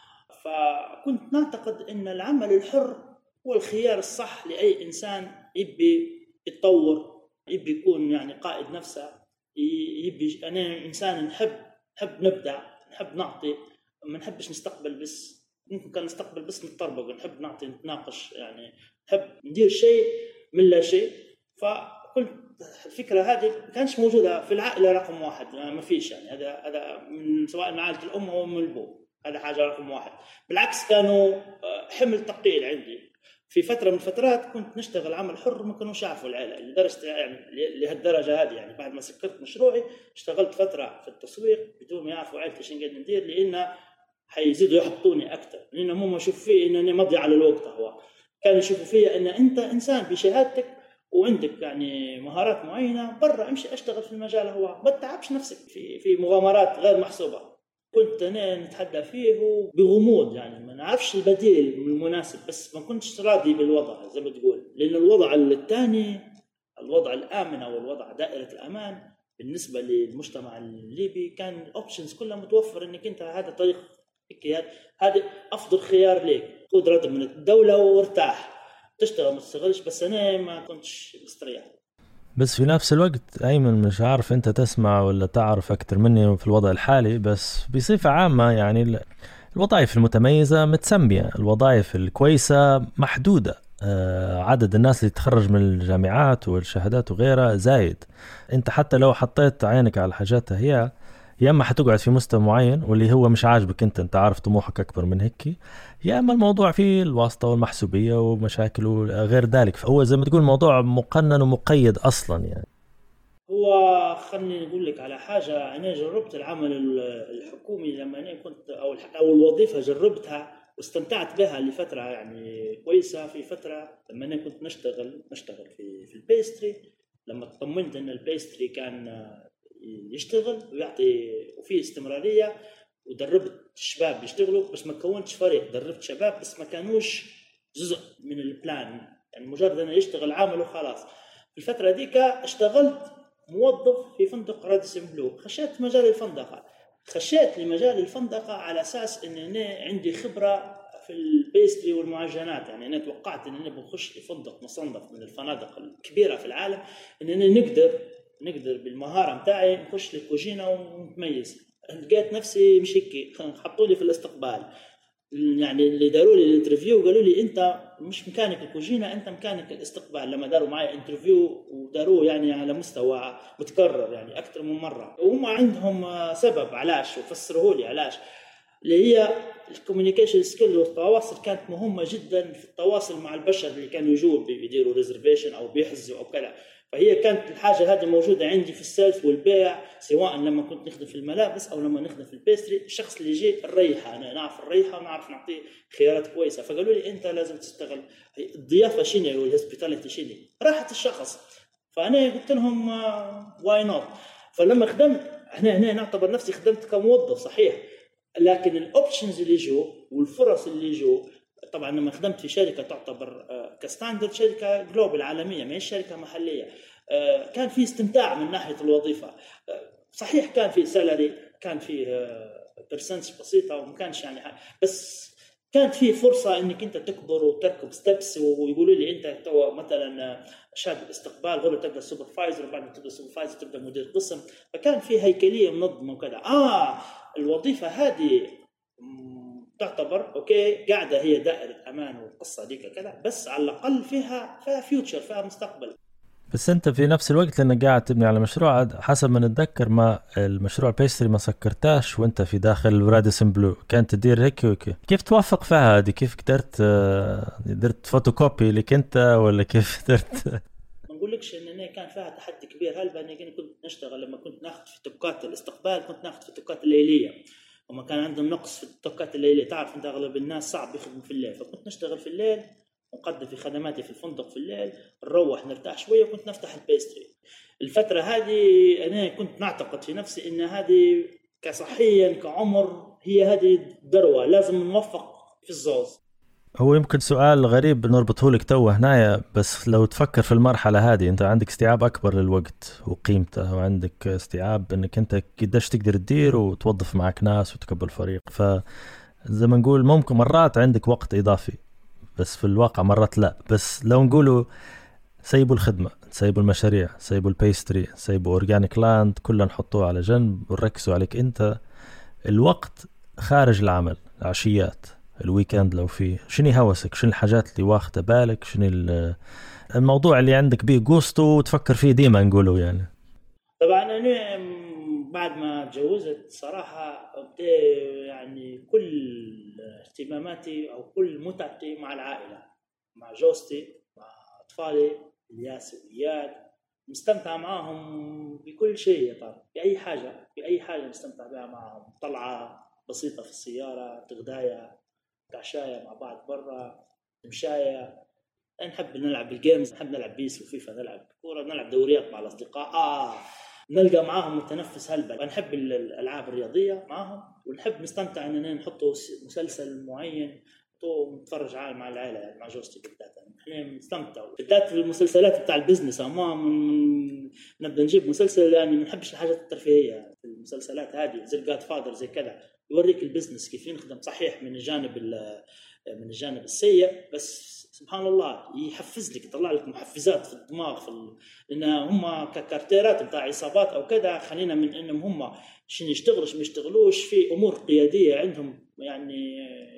فكنت نعتقد ان العمل الحر هو الخيار الصح لاي انسان يبي يتطور، يبي يكون يعني قائد نفسه، يبي. انا انسان نحب نحب نبدع، نحب نعطي، ما نحبش نستقبل بس. ممكن كان نستقبل بس نتطربق، نحب نعطي نتناقش، يعني نحب ندير شيء من لا شيء. فكنت الفكرة هذه كانش موجودة في العائلة رقم واحد، ما فيش يعني هذا هذا من سواء من عائلة الأم أو من الأبو، هذا حاجة رقم واحد. بالعكس كانوا حمل ثقيل عندي. في فترة من الفترات كنت نشتغل عمل حر، ما كانوش يعرفوا العائلة لدرجة يعني لهالدرجة هذه. يعني بعد ما سكرت مشروعي اشتغلت فترة في التسويق بدون ما يعرفوا عائلتي شنو قاعد ندير، لأن حيزيدوا يحطوني أكثر، لأن هم يشوفوا فيه إنني مضي على الوقت. هو كانوا يشوفوا فيه إن أنت إنسان بشهادتك وعندك يعني مهارات معينة، برا امشي اشتغل في المجال، هو ما تتعبش نفسك في في مغامرات غير محسوبة. كنت أنا نتحدى فيه بغموض، يعني ما نعرفش البديل المناسب، بس ما كنتش راضي بالوضع زي ما تقول، لأن الوضع الثاني، الوضع الآمن أو الوضع دائرة الأمان بالنسبة للمجتمع الليبي، كان الأوبشنز كلها متوفر، إنك أنت هذا طريق هذا أفضل خيار لك، خذ راتب من الدولة وارتاح تشتغل ما تشتغلش. بس أنا ما كنتش مستريح. بس في نفس الوقت أيمن، مش عارف أنت تسمع ولا تعرف أكتر مني في الوضع الحالي، بس بصفة عامة يعني الوظائف المتميزة متسمية، الوظائف الكويسة محدودة. آه عدد الناس اللي تخرج من الجامعات والشهادات وغيرها زايد. أنت حتى لو حطيت عينك على الحاجات هي، يا اما حتقعد في مستوى معين واللي هو مش عاجبك انت انت عارف طموحك اكبر من هيك، يا اما الموضوع فيه الواسطه والمحسوبيه ومشاكل وغير ذلك. فهو زي ما تقول موضوع مقنن ومقيد اصلا. يعني هو خلني اقول لك على حاجه، انا جربت العمل الحكومي لما انا كنت او او الوظيفه جربتها واستمتعت بها لفترة يعني كويسة. في فترة لما أنا كنت نشتغل نشتغل في في البيستري، لما اطمنت أن البيستري كان يشتغل ويعطي وفيه استمرارية، ودربت الشباب يشتغلوا، بس ما كونتش فريق، دربت شباب بس ما كانوش جزء من البلان، يعني مجرد أنه يشتغل عامل وخلاص. في الفترة ديك اشتغلت موظف في فندق راديسون بلو، خشيت مجال الفندقة خشيت لمجال الفندقة على أساس أن أنا عندي خبرة في البيستري والمعجنات. يعني أنا توقعت أن أنا بخش لفندق مصنف من الفنادق الكبيرة في العالم، أن أنا نقدر نقدر بالمهارة متاعي نخش للكوجينة ونتميز. لقيت نفسي مش هيك، حطوا لي في الاستقبال، يعني اللي داروا لي الانترفيو قالوا لي انت مش مكانك الكوجينة، انت مكانك الاستقبال. لما داروا معي انترفيو وداروه يعني على مستوى متكرر يعني اكثر من مرة، وهم عندهم سبب علاش وفسروه لي علاش، اللي هي الكوميونيكيشن سكيل والتواصل كانت مهمة جدا في التواصل مع البشر اللي كانوا يجوا بيديروا ريزرفيشن او بيحجزوا او كذا. فهي كانت الحاجة هذه موجودة عندي في السيلف والبيع، سواء لما كنت نخدم في الملابس أو لما نخدم في البيستري. الشخص اللي يجي الريحة، أنا نعرف الريحة ونعرف نعطيه خيارات كويسة. فقالوا لي أنت لازم تشتغل الضيافة شيني والهوسبيتاليتي شيني، راحة الشخص. فأنا قلت لهم واي نوت. فلما خدمت هنا هنا نعتبر نفسي خدمت كموظف صحيح، لكن الأوبشنز اللي جو والفرص اللي جو، طبعا لما خدمت في شركة تعتبر كستاندرد شركة جلوبال عالمية، ما هي شركة محلية، كان في استمتاع من ناحية الوظيفة. صحيح كان في سالري، كان في برسنتج بسيطة وما كانش يعني، بس كانت في فرصة انك انت تكبر وتركب ستبس. ويقولوا لي انت تو مثلا شاب الاستقبال غير تبدا سوبرفايزر، وبعد ما تبدا سوبرفايزر تبدا مدير قسم. فكان في هيكلية منظمة وكذا. اه الوظيفة هذه تعتبر اوكي قاعده هي دائره امان والقصه ديك كذا، بس على الاقل فيها فيها فيوتشر، فيها مستقبل. بس انت في نفس الوقت لانك قاعد تبني على مشروع، حسب ما نتذكر ما المشروع بيستري ما سكرتاش وانت في داخل راديسون بلو، كانت تدير هيك وكي. كيف توافق فيها هذه؟ كيف قدرت قدرت فوتوكوبي لك انت، ولا كيف قدرت؟ ما نقولكش ان انا كان فيها تحدي كبير. هل باني كنت نشتغل لما كنت ناخذ في توكات الاستقبال، كنت ناخذ في توكات الليليه، وما كان عندهم نقص في التوكات الليلية. تعرف انت اغلب الناس صعب يخدموا في الليل، فكنت نشتغل في الليل ونقدم في خدماتي في الفندق في الليل، نروح نرتاح شوية وكنت نفتح البيستري. الفترة هذه انا كنت نعتقد في نفسي ان هذه كصحيا كعمر هي هذه الذروة، لازم نوفق في الزوز. هو يمكن سؤال غريب نربطه لك توه هنايا، بس لو تفكر في المرحلة هذه انت عندك استيعاب اكبر للوقت وقيمته، وعندك استيعاب انك انت قديش تقدر تدير وتوظف معك ناس وتكبر فريق. فزي ما نقول ممكن مرات عندك وقت اضافي، بس في الواقع مرات لا. بس لو نقولوا سيبوا الخدمة، سيبوا المشاريع، سيبوا البيستري، سيبوا اورجانيك لاند، كلنا نحطوه على جنب ونركزوا عليك انت. الوقت خارج العمل، العشيات، الويكند، لو فيه شنو هوسك، شنو الحاجات اللي واخده بالك، شنو الموضوع اللي عندك بيه قوسته وتفكر فيه ديما نقوله يعني. طبعا انا بعد ما تجوزت صراحه يعني كل اهتماماتي او كل متعتي مع العائله، مع جوزتي، مع اطفالي الياس واياد، مستمتع معاهم بكل شيء. طبعا باي حاجه باي حاجه مستمتع بها معاهم. طلعه بسيطه في السياره، تغدايه، عشاية مع بعض برا، مشاية. نحب نلعب بالجيمز، نحب نلعب بيس وفيفا، نلعب كورة، نلعب دوريات مع الأصدقاء. آه نلقى معاهم متنفس هلبة. نحب الألعاب الرياضية معاهم، ونحب نستمتع أننا نحطوا مسلسل معين ونتفرج على مع العائلة يعني مع جوزتي بالذات. يعني إحنا نستمتع بالذات في المسلسلات بتاع البزنس. أما من نبدأ نجيب مسلسل يعني ما نحبش الحاجات الترفيهية في المسلسلات هذه زي الجاد فادر زي كذا، يوريك البزنس كيف ينخدم صحيح من الجانب من الجانب السيء، بس سبحان الله يحفز لك، يطلع لك محفزات في الدماغ في ال... لأن هم ككارتيرات بتاع عصابات أو كذا. خلينا من إنهم هم شنو يشتغلوا شنو يشتغلوش في أمور قيادية عندهم يعني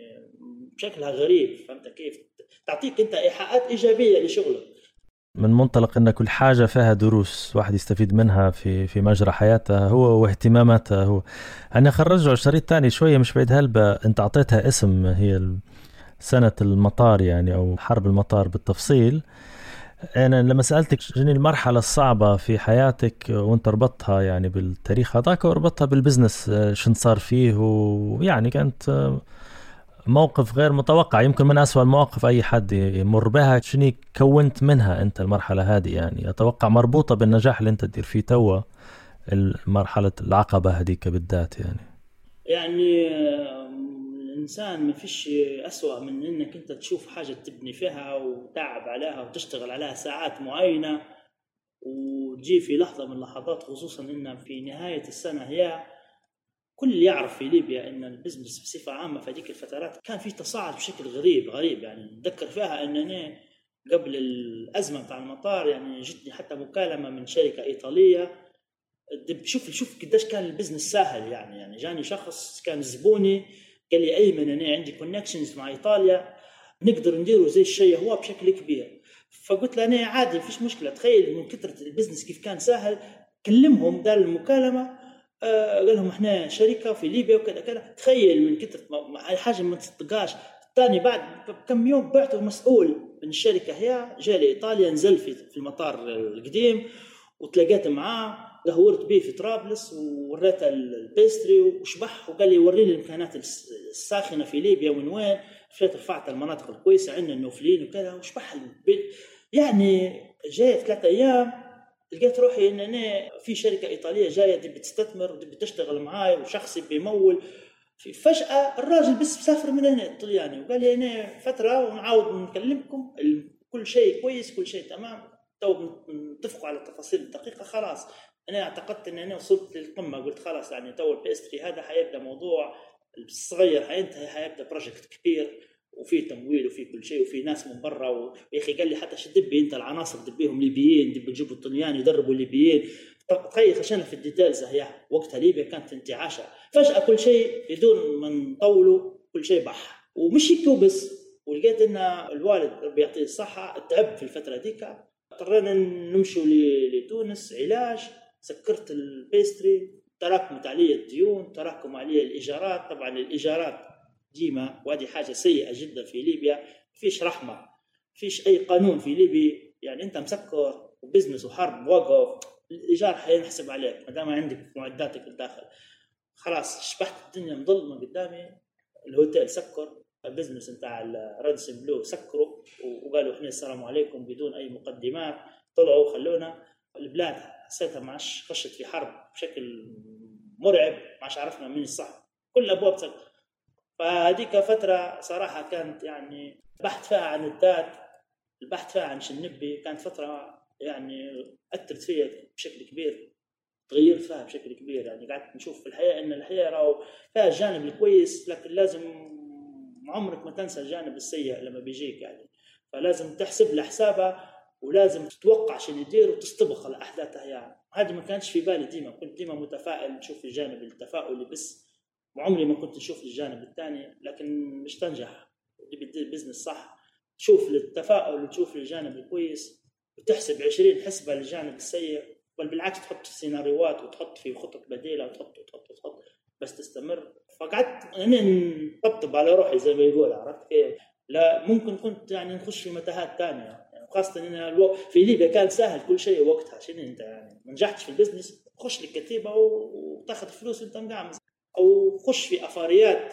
بشكلها غريب. فهمت كيف؟ تعطيك أنت إيحاءات إيجابية لشغلك من منطلق ان كل حاجه فيها دروس واحد يستفيد منها في في مجرى حياته هو واهتماماته هو. انا خرجوا الشريط تاني شويه مش بعيد هلبة، انت اعطيتها اسم هي سنه المطار يعني او حرب المطار بالتفصيل. انا لما سالتك شنو المرحله الصعبه في حياتك وانت ربطتها يعني بالتاريخ هذاك وربطتها بالبزنس شن صار فيه، ويعني كانت موقف غير متوقع، يمكن من أسوأ المواقف أي حد يمر بها. شنو كونت منها أنت المرحلة هذه؟ يعني أتوقع مربوطة بالنجاح اللي أنت تدير فيه توا، المرحلة العقبة هذيك بالذات. يعني يعني الإنسان ما فيش أسوأ من إنك أنت تشوف حاجة تبني فيها وتعب عليها وتشتغل عليها ساعات معينة، وتجي في لحظة من اللحظات، خصوصا إن في نهاية السنة هي كل يعرف في ليبيا إن البزنس بصفة عامة في هذيك الفترات كان في تصاعد بشكل غريب غريب. يعني نتذكر فيها أنني قبل الأزمة بتاع المطار يعني جتني حتى مكالمة من شركة إيطالية. شوف شوف قديش كان البزنس سهل. يعني يعني جاني شخص كان زبوني قال لي أيمن أنا عندي كونكشنز مع إيطاليا نقدر نديره زي الشيء هو بشكل كبير. فقلت له أنا عادي فيش مشكلة. تخيل من كثرة البزنس كيف كان سهل. كلمهم دار المكالمة آه قال لهم احنا شركة في ليبيا وكذا كذا. تخيل من كثرة حاجة ما تصدقاش. الثاني بعد كم يوم بعته مسؤول من الشركة هي جاء لإيطاليا، نزل في في المطار القديم وتلاقيت معاه، دهورت بيه في طرابلس ووريت البيستري وشبح وقال لي وريني الامكانيات الساخنه في ليبيا وين وين. فلت رفعت المناطق الكويسه عندنا النوفلين وكذا وشبح البيت. يعني جاي ثلاثة ايام لقيت روحي ان انا في شركه ايطاليه جايه دي بتستثمر ودي بتشتغل معاي وشخصي بيمول. في فجاه الراجل بس مسافر من هنا الطلياني وقال لي انا فتره ونعاود نكلمكم كل شيء كويس كل شيء تمام تو نتفقوا على التفاصيل الدقيقه. خلاص أنا اعتقدت أن أنا وصلت للقمة. قلت خلاص يعني تو البيستري هذا حيبدأ موضوع الصغير حينتهي حيبدأ بروجكت كبير وفيه تمويل وفيه كل شيء وفيه ناس من برا. ويخي قال لي حتى شدبي أنت العناصر دبيهم ليبيين دبي تجيبوا الطليان يدربوا ليبيين. تخيل خشينا في الديتيلز. هي وقتها ليبيا كانت انتعاشة فجأة كل شيء بدون ما نطوله كل شيء بح ومش هيك وبس. ولقيت أن الوالد ربي يعطيه الصحة تعب في الفترة ديك. اضطرينا نمشوا لتونس علاج. سكرت البيستري تراكمت علي الديون تراكم علي الإيجارات. طبعا الإيجارات ديما وهذه حاجة سيئة جدا في ليبيا. فيش رحمة فيش أي قانون في ليبيا. يعني أنت مسكر وبزنس وحرب وقف الإيجار حينحسب عليك ما دام عندك معداتك الداخل. خلاص شبحت الدنيا مظلمة قدامي. الهوتيل سكر البزنس نتاع الرادسن بلو سكروا وقالوا إحنا السلام عليكم بدون أي مقدمات. طلعوا خلونا البلاد حسيتها معش خشت في حرب بشكل مرعب. معش عرفنا من الصح كل أبواب سكر. فهذيك فترة صراحة كانت يعني بحث فيها عن الذات البحث فيها عن شنبي. كانت فترة يعني أثرت فيها بشكل كبير تغيرت فيها بشكل كبير. يعني قعدت نشوف في الحياة إن الحياة راهو فيها الجانب الكويس لكن لازم عمرك ما تنسى الجانب السيء لما بيجيك. يعني فلازم تحسب له حسابها ولازم تتوقع شنو يدير وتستبق على أحداثها. يعني هذه ما كانش في بالي ديما. كنت ديما متفائل نشوف الجانب التفاؤلي بس وعمري ما كنت نشوف الجانب الثاني. لكن مش تنجح اللي بتدير بيزنس صح تشوف للتفاؤل وتشوف الجانب الكويس وتحسب عشرين حسبة للجانب السيء. بل بالعكس تحط سيناريوهات وتحط في خطط بديلة وتحط وتحط وتحط بس تستمر. فقعدت أنا نطبطب على روحي زي ما يقول. عرفت كيف؟ لا ممكن كنت يعني نخش في متاهات تانية. خاصة إن الوقت في ليبيا كان سهل كل شيء وقتها. شنو أنت يعني ما نجحتش في البزنس خش لك كتيبة وتاخذ فلوس وأنت مقامز أو خش في أفاريات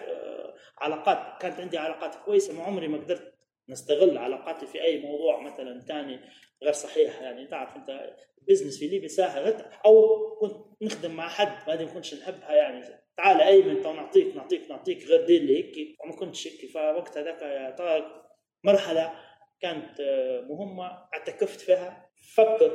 علاقات. كانت عندي علاقات كويسة ما عمري ما قدرت نستغل علاقاتي في أي موضوع مثلا تاني غير صحيح. يعني تعرف أنت البزنس في ليبيا سهل. أو كنت نخدم مع حد ما دام كنتش نحبها يعني تعال أيمن تو نعطيك نعطيك نعطيك غير دين اللي هيك وما كنتش هيك. فوقت هذاك يا طارق مرحلة كانت مهمة اعتكفت فيها. فكر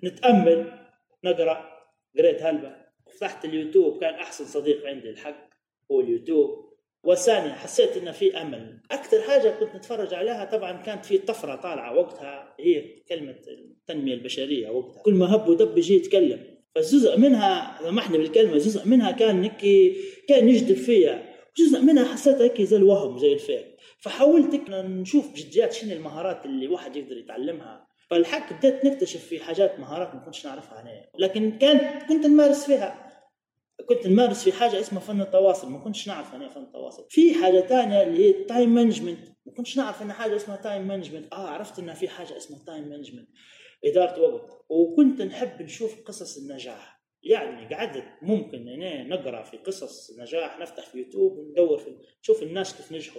نتأمل نقرأ قريت هلبة فتحت اليوتيوب. كان أحسن صديق عندي الحق هو اليوتيوب. وثانيا حسيت إن في أمل. أكثر حاجة كنت نتفرج عليها طبعا كانت في طفرة طالعة وقتها هي كلمة التنمية البشرية. وقتها كل ما هب ودب يجي يتكلم. فجزء منها لمحني بالكلمة جزء منها كان نكي كان يجذب فيها وجزء منها حسيتها هيك زي الوهم زي الفيك. فحاولت نشوف بجديات شنو المهارات اللي واحد يقدر يتعلمها. فالحق بدأت نكتشف في حاجات مهارات ما كنتش نعرفها عنها لكن كانت كنت نمارس فيها. كنت نمارس في حاجة اسمها فن التواصل ما كنتش نعرف أنا فن التواصل. في حاجة تانية اللي هي تايم مانجمنت ما كنتش نعرف أن حاجة اسمها تايم مانجمنت. آه عرفت أن في حاجة اسمها تايم مانجمنت إدارة وقت. وكنت نحب نشوف قصص النجاح. يعني قعدت ممكن أنا نقرأ في قصص نجاح نفتح في يوتيوب وندور في نشوف الناس كيف نجحوا.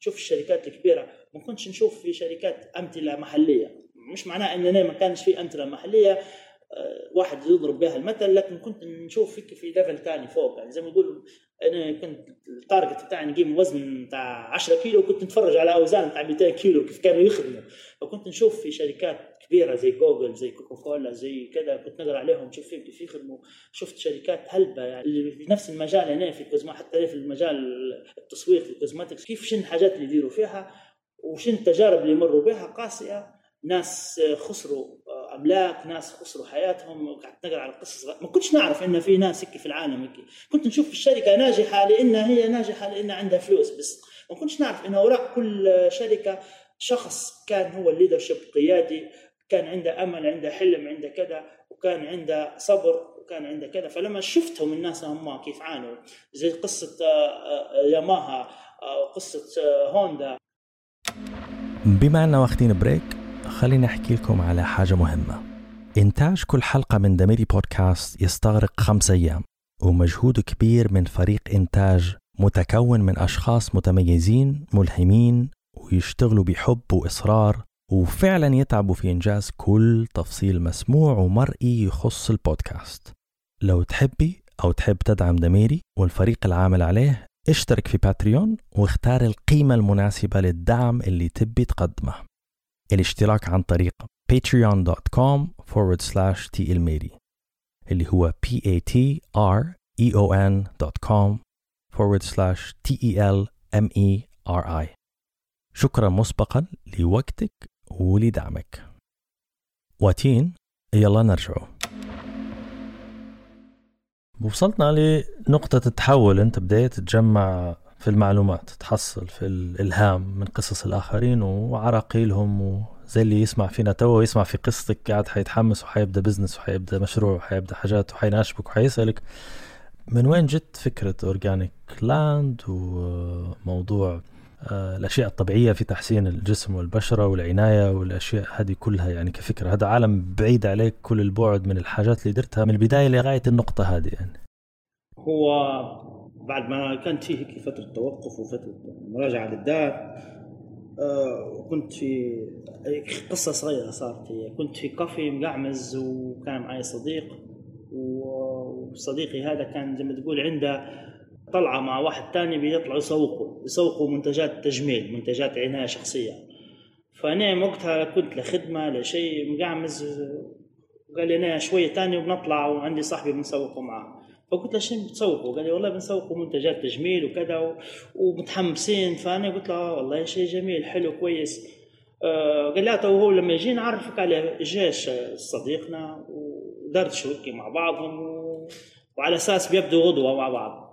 نشوف الشركات الكبيرة، ما كنتش نشوف في شركات أمثلة محلية. مش معناه أننا ما كانش في أمثلة محلية واحد يضرب بها المثل، لكن كنت نشوف فيك في ليفل تاني فوق. يعني زي ما يقول أنا كنت التارجت بتاعي نجيب وزن بتاع عشرة كيلو، وكنت نتفرج على أوزان بتاع مئتين كيلو كيف كانوا يخدموا. فكنت نشوف في شركات كبيرة زي جوجل زي كوكاكولا زي كذا، كنت نقرأ عليهم نشوف فيهم كيف يخدموا. شفت شركات هلبة يعني اللي في نفس المجال هنا في كوزما، حتى في المجال التسويق في الكوزماتكس، كيف شن الحاجات اللي يديروا فيها وشن التجارب اللي يمروا بها قاسية. ناس خسروا أملاك، ناس خسروا حياتهم. وقعدت نقرأ على القصص، ما كنتش نعرف إن في ناس هيك في العالم هيك. كنت نشوف الشركة ناجحة لأنها هي ناجحة لأن عندها فلوس بس، ما كنتش نعرف إن وراء كل شركة شخص كان هو الليدرشيب قيادي، كان عنده أمل، عنده حلم، عنده كذا، وكان عنده صبر، وكان عنده كذا. فلما شفتهم الناس هم كيف عانوا، زي قصة ياماها، قصة هوندا. بما أننا واخدين بريك، خليني أحكي لكم على حاجة مهمة. إنتاج كل حلقة من دميري بودكاست يستغرق خمس أيام، ومجهود كبير من فريق إنتاج متكون من أشخاص متميزين ملهمين ويشتغلوا بحب وإصرار، وفعلا يتعبوا في إنجاز كل تفصيل مسموع ومرئي يخص البودكاست. لو تحبي أو تحب تدعم دميري والفريق العامل عليه، اشترك في باتريون واختار القيمة المناسبة للدعم اللي تبي تقدمه. الاشتراك عن طريق patreon.com forward slash telmeri اللي هو p-a-t-r-e-o-n.com forward slash t-e-l-m-e-r-i. شكرا مسبقا لوقتك ولدعمك. واتين، يلا نرجعوا. وصلنا لنقطة التحول. انت بداية تجمع في المعلومات، تحصل في الإلهام من قصص الآخرين وعراقيلهم، وزي اللي يسمع فينا توا ويسمع في قصتك قاعد حيتحمس وحيبدأ بزنس وحيبدأ مشروع وحيبدأ حاجات وحيناشبك وحيسألك من وين جت فكرة أورجانيك لاند وموضوع الأشياء الطبيعية في تحسين الجسم والبشرة والعناية والأشياء هذه كلها. يعني كفكرة هذا عالم بعيد عليك كل البعد من الحاجات اللي درتها من البداية لغاية النقطة هذه. يعني هو بعد ما كانت فيه هيك فترة توقف وفترة مراجعة للذات، آه كنت في قصة صغيرة صارت. هي كنت في كافي مقعمز وكان معي صديق، وصديقي هذا كان زي ما تقول عنده طلعة مع واحد تاني بيطلعوا يسوقوا يسوقوا منتجات تجميل، منتجات عناية شخصية. فأنا وقتها كنت لخدمة لشيء مقعمز، وقال لي أنا شوية تاني وبنطلع وعندي صاحبي بنسوقوا معه. فقلت له شنو بتسوقوا؟ قال لي والله بنسوقوا منتجات تجميل وكذا ومتحمسين. فأنا قلت له والله شيء جميل حلو كويس. آه قال لي تو هو لما يجي نعرفك عليه. جيش صديقنا ودردشوا هيك مع بعضهم، وعلى أساس بيبدوا غدوة مع بعض.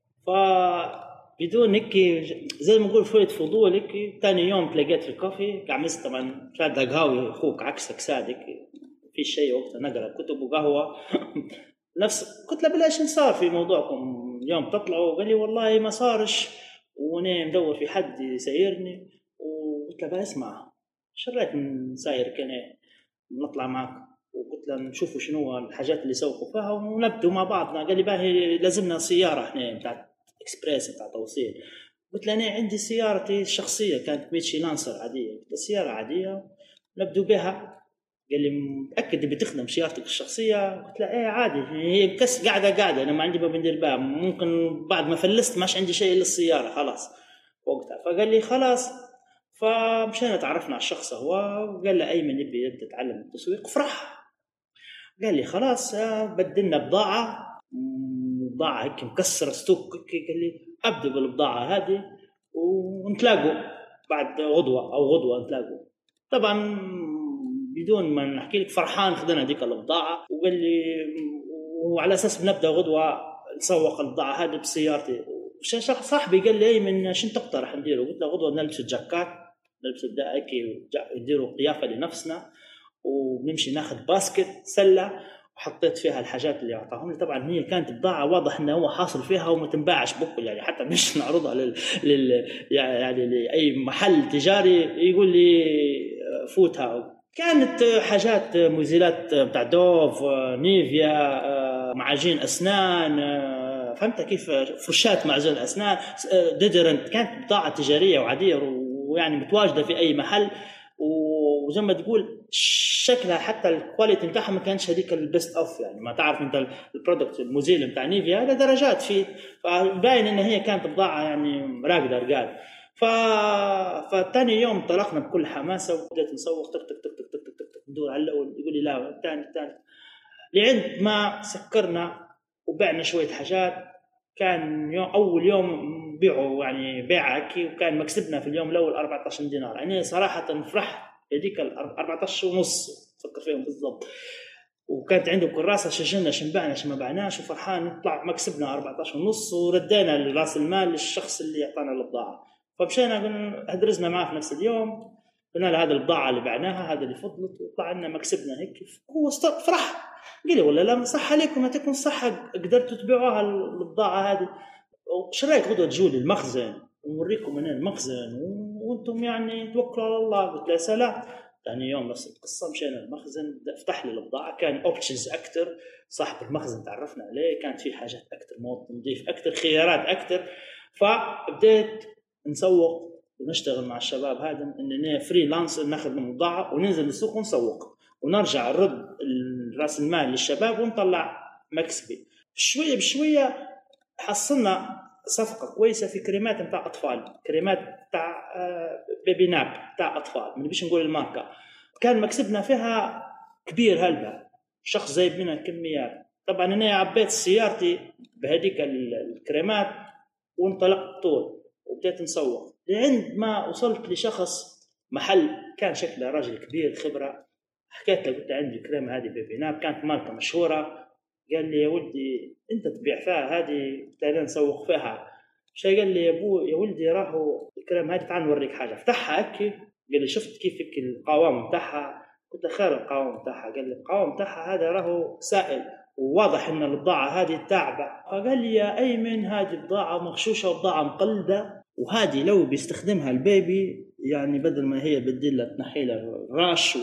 فبدون هيك زي ما نقول فويت فضول هيك، تاني يوم تلاقيت في الكافي قعمز. طبعا شاد قهوي أخوك عكسك صادق في شيء وقتها نقرأ كتب وقهوة نفس. قلت له بلاش نصار في موضوعكم اليوم تطلعوا؟ قال لي والله ما صارش وانا مدور في حد يسيرني. وقلت له اسمع شريت نساير كنا نطلع معك، وقلت له نشوفوا شنو الحاجات اللي سوقوا فيها ونبدو مع بعضنا. قال لي باهي لازمنا سيارة احنا بتاع اكسبريس بتاع توصيل. قلت له انا عندي سيارتي الشخصية كانت ميتشي لانسر عادية، سيارة عادية نبدو بها. قال لي متأكد بتخدم سيارتك الشخصية؟ قلت له ايه عادي، هي بكس قاعدة قاعدة أنا ما عندي ما بندير بها، ممكن بعد ما فلست ماش عندي شيء للسيارة خلاص وقتها. فقال لي خلاص. فمشينا تعرفنا على الشخص هو، وقال له أيمن يبي يبدأ يتعلم التسويق فرح. قال لي خلاص بدلنا بضاعة بضاعة هيك مكسرة ستوك. قال لي أبدأ بالبضاعة هذه ونتلاقوا بعد غدوة أو غدوة نتلاقوا. طبعا بدون ما نحكي لك فرحان خدنا ديك البضاعة، وقال لي وعلى أساس بنبدأ غدوة نسوق البضاعة هذه بسيارتي. صاحبي قال لي من شن تقترح نديره؟ قلت له غدوة نلبس الجاكات، نلبس الدائك يديروا قيافة لنفسنا، ونمشي ناخذ باسكت سلة وحطيت فيها الحاجات اللي أعطاهم لي. طبعا هي كانت بضاعة واضح إنه هو حاصل فيها وما تنباعش بكل، يعني حتى مش نعرضها لل... لل... يعني لأي محل تجاري يقول لي فوتها. كانت حاجات مزيلات بتاع دوف، نيفيا، معاجين أسنان، فهمت كيف فرشات معجون الأسنان ديدرنت، كانت بضاعة تجارية وعادية ويعني متواجدة في أي محل، وزي ما تقول شكلها حتى الكواليتي بتاعها ما كانش هذيك البيست اوف، يعني ما تعرف انت البرودكت المزيل بتاع نيفيا هذا درجات فيه، فباين ان هي كانت بضاعه يعني راقده رقاد. ف فثاني يوم انطلقنا بكل حماسه وبدأت نسوق تك تك تك تك تك تك ندور على الاول، يقول لي لا الثاني الثالث، لعند ما سكرنا وبعنا شويه حاجات. كان يوم اول يوم بيعوا يعني بيعك، وكان مكسبنا في اليوم الاول أربعة عشر دينار. يعني صراحه فرحت هذيك أربعة عشر ونص فكر فيهم بالضبط، وكانت عنده كراسه شجنا شنبعنا شما بعناش، وفرحان نطلع مكسبنا أربعة عشر ونص، وردينا راس المال للشخص اللي يعطانا البضاعه. فمشينا قلنا هدرزنا معاه في نفس اليوم، قلنا له هذا البضاعه اللي بعناها هذا اللي فضلت، وطلع لنا مكسبنا هيك. هو فرح قال لي والله لا صح عليكم، يعطيكم الصحه قدرتوا تبيعوها البضاعه هذه، وش رايك غدوه تجوا لي المخزن ونوريكم من المخزن وانتم يعني توكلوا على الله. قلت له سلام. ثاني يوم نفس القصه، مشينا المخزن فتح لي البضاعه، كان اوبشنز اكثر، صاحب المخزن تعرفنا عليه، كانت في حاجات اكثر، مواد نظيف اكثر، خيارات اكثر. فبديت نسوق ونشتغل مع الشباب هذا اننا فريلانسر، ناخذ من البضاعه وننزل السوق ونسوق ونرجع نرد راس المال للشباب ونطلع مكسبي. شويه بشويه حصلنا صفقه كويسه في كريمات نتاع اطفال، كريمات تاع بيبي ناب تاع اطفال، ما نبيش نقول الماركه. كان مكسبنا فيها كبير هلبة، شخص زايب منها كميات. طبعا انا عبيت سيارتي بهذيك الكريمات وانطلقت طول وبدأت نسوق، لعند ما وصلت لشخص محل كان شكله راجل كبير خبره. حكيت له قلت عندي كريمه هذه بيبي ناب، كانت ماركه مشهوره. قال لي يا ولدي انت تبيع فيها هذه، تعال نسوق فيها. شي قال لي يا ابو يا ولدي راهو الكريم هذه تعال نوريك حاجه. فتحها هكي، قال لي شفت كيف هيك القوام بتاعها؟ قلت خير القوام بتاعها. قال لي القوام بتاعها هذا راهو سائل وواضح ان البضاعه هذه تعبه. فقال لي يا ايمن هذه بضاعه مغشوشه وبضاعه مقلده، وهذه لو بيستخدمها البيبي يعني بدل ما هي بدل له تنحي له الراش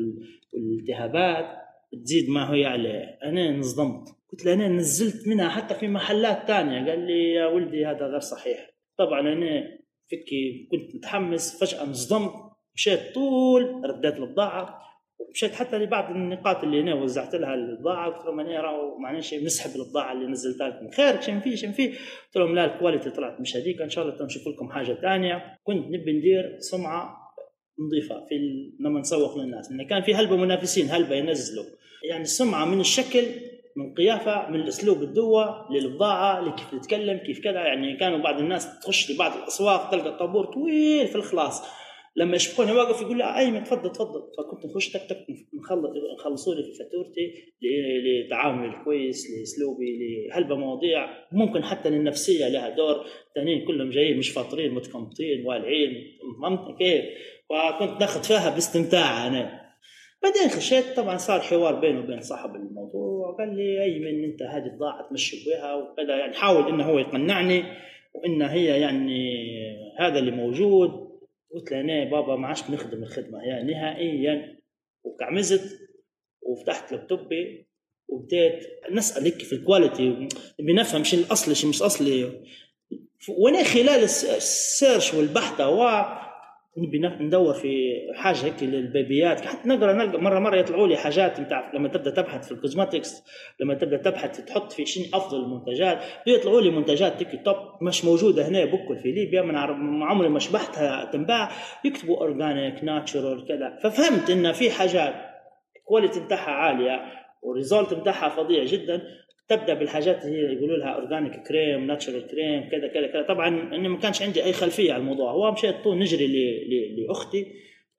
والالتهابات تزيد ما هي عليه. انا انصدمت، قلت له انا نزلت منها حتى في محلات تانية. قال لي يا ولدي هذا غير صحيح. طبعا انا فكي كنت متحمس، فجاه انصدمت، مشيت طول رديت البضاعه ومشيت حتى لبعض النقاط اللي انا وزعت لها البضاعه. قلت لهم انا راهو معناش نسحب البضاعه اللي نزلتها لكم، خير شن فيه شن فيه. قلت لهم لا الكواليتي طلعت مش هذيك، ان شاء الله نشوف لكم حاجه ثانيه. كنت نبي ندير سمعه نظيفه في لما نسوق للناس، لان كان في هلبة منافسين هلبة ينزلوا يعني السمعه من الشكل من قيافه من الاسلوب الدوه للبضاعه لكيف تتكلم كيف كذا. يعني كانوا بعض الناس تخش لبعض الاسواق تلقى الطابور طويل في الخلاص، لما يشوفوني واقف يقول لي ايمن تفضل تفضل. فكنت نخش تك تك نخلص نخلصوا لي في فاتورتي لتعاملي الكويس لاسلوبي لهلبة مواضيع. ممكن حتى للنفسيه لها دور، الثانيين كلهم جايين مش فاطرين متقمطين والعين ممتع كيف. وكنت ناخذ فيها باستمتاع. انا بعدين خشيت طبعا صار حوار بينه وبين صاحب الموضوع، قال لي ايمن انت هذه البضاعه تمشي بها وكذا، يعني حاول انه هو يقنعني وان هي يعني هذا اللي موجود. قلت له انا بابا ما عادش بنخدم الخدمه هي نهائيا. وكعمزت وفتحت لابتوبي وبديت نسال هيك في الكواليتي، بنفهم شو الاصلي شو مش اصلي. وانا خلال السيرش والبحث و نبي ندور في حاجه هيك للبيبيات، حتى نقرا نلقى مره مره يطلعوا لي حاجات نتاع لما تبدا تبحث في الكوزماتكس، لما تبدا تبحث تحط في شنو افضل المنتجات بيطلعوا لي منتجات تيكي توب مش موجوده هنا بكل في ليبيا، من عمري ما شبحتها تنباع، يكتبوا اورجانيك ناتشورال كذا. ففهمت ان في حاجات كواليتي بتاعها عاليه والريزولت بتاعها فظيع جدا، تبدا بالحاجات اللي يقولوا لها اورجانيك كريم ناتشورال كريم كذا كذا كذا. طبعا اني ما كانش عندي اي خلفيه على الموضوع، هو مشيت طول نجري لاختي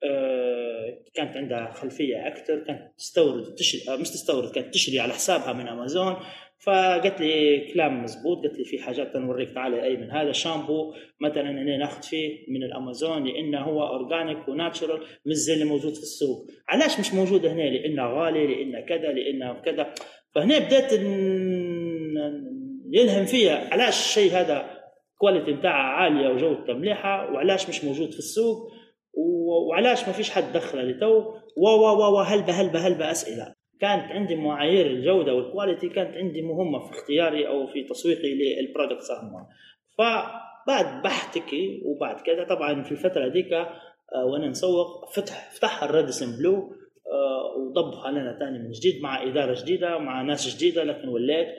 أه كانت عندها خلفيه اكثر، كانت تستورد تشري مش تستورد كانت تشري على حسابها من امازون. فقالت لي كلام مزبوط، قالت لي في حاجات نوريك تعالى اي من هذا الشامبو مثلا انا ناخذ فيه من الامازون لانه هو اورجانيك وناتشورال مش زي اللي موجود في السوق. علاش مش موجود هنا؟ لانه غالي، لانه كذا، لانه كذا. فهنا بدأت يلهم فيها علاش الشيء هذا كواليتي بتاعه عاليه وجودته مليحه وعلاش مش موجود في السوق وعلاش ما فيش حد دخله لتو و و و هلبة هلبة هلبة اسئله. كانت عندي معايير الجوده والكواليتي كانت عندي مهمه في اختياري او في تسويقي للبرودكتس هم. فبعد بحثك وبعد كده طبعا في الفتره ديك وانا نسوق فتح فتح الراديسون بلو وضبها لنا تاني من جديد مع اداره جديده مع ناس جديده. لكن وليت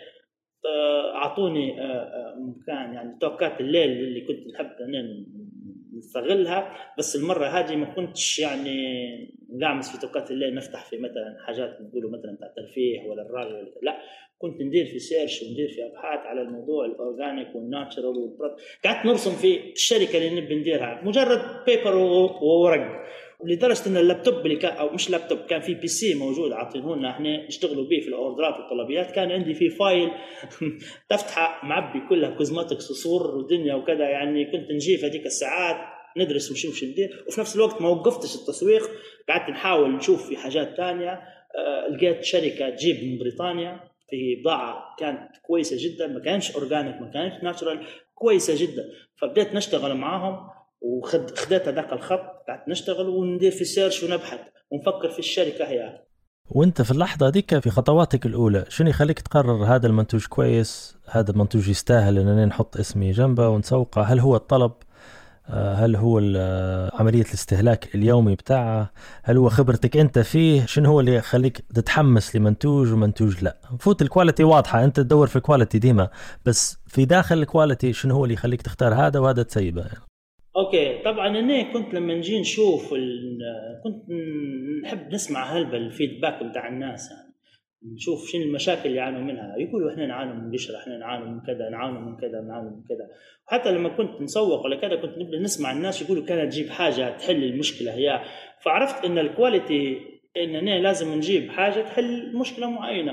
اعطوني مكان يعني توكات الليل اللي كنت نحب ان نستغلها، بس المره هذه ما كنتش يعني نقامس في توكات الليل نفتح في مثلا حاجات نقولوا مثلا بتاع الترفيه ولا الرأي ولا لا، كنت ندير في سيرش وندير في ابحاث على الموضوع الاورجانيك والناتشرال والبرودكت. قعدت نرسم في الشركه اللي نبي نديرها مجرد بيبر وورق، لدرجه ان اللابتوب اللي كان او مش لابتوب كان في بي سي موجود عاطينه لنا احنا نشتغلوا به في الاوردرات والطلبيات، كان عندي في فايل تفتحه معبي كلها كوزماتكس وصور ودنيا وكذا. يعني كنت نجي في هذيك الساعات ندرس وشو وش ندير، وفي نفس الوقت ما وقفتش التسويق، قعدت نحاول نشوف في حاجات تانية. أه لقيت شركه تجيب من بريطانيا في بضاعه كانت كويسه جدا، ما كانش اورجانيك ما كانش ناتشرال، كويسه جدا. فبدأت نشتغل معاهم وخدت هذاك الخط، قعدت نشتغل وندير في سيرش ونبحث ونفكر في الشركه هي. وانت في اللحظه ديك في خطواتك الاولى شنو يخليك تقرر هذا المنتوج كويس، هذا المنتوج يستاهل اننا نحط اسمي جنبه ونسوقه؟ هل هو الطلب؟ هل هو عمليه الاستهلاك اليومي بتاعه؟ هل هو خبرتك انت فيه؟ شنو هو اللي يخليك تتحمس لمنتوج ومنتوج لا؟ فوت الكواليتي واضحه، انت تدور في كواليتي ديما، بس في داخل الكواليتي شنو هو اللي يخليك تختار هذا وهذا تسيبه يعني؟ اوكي طبعا انا كنت لما نجي نشوف كنت نحب نسمع هلبة الفيدباك بتاع الناس، يعني نشوف شنو المشاكل اللي يعانوا منها. يقولوا احنا نعاني من القشره، احنا نعاني من كذا، نعاني من كذا، نعاني من كذا. وحتى لما كنت نسوق ولا كذا كنت نبدا نسمع الناس يقولوا كانت تجيب حاجه تحل المشكله هي. فعرفت ان الكواليتي اننا لازم نجيب حاجه تحل مشكله معينه.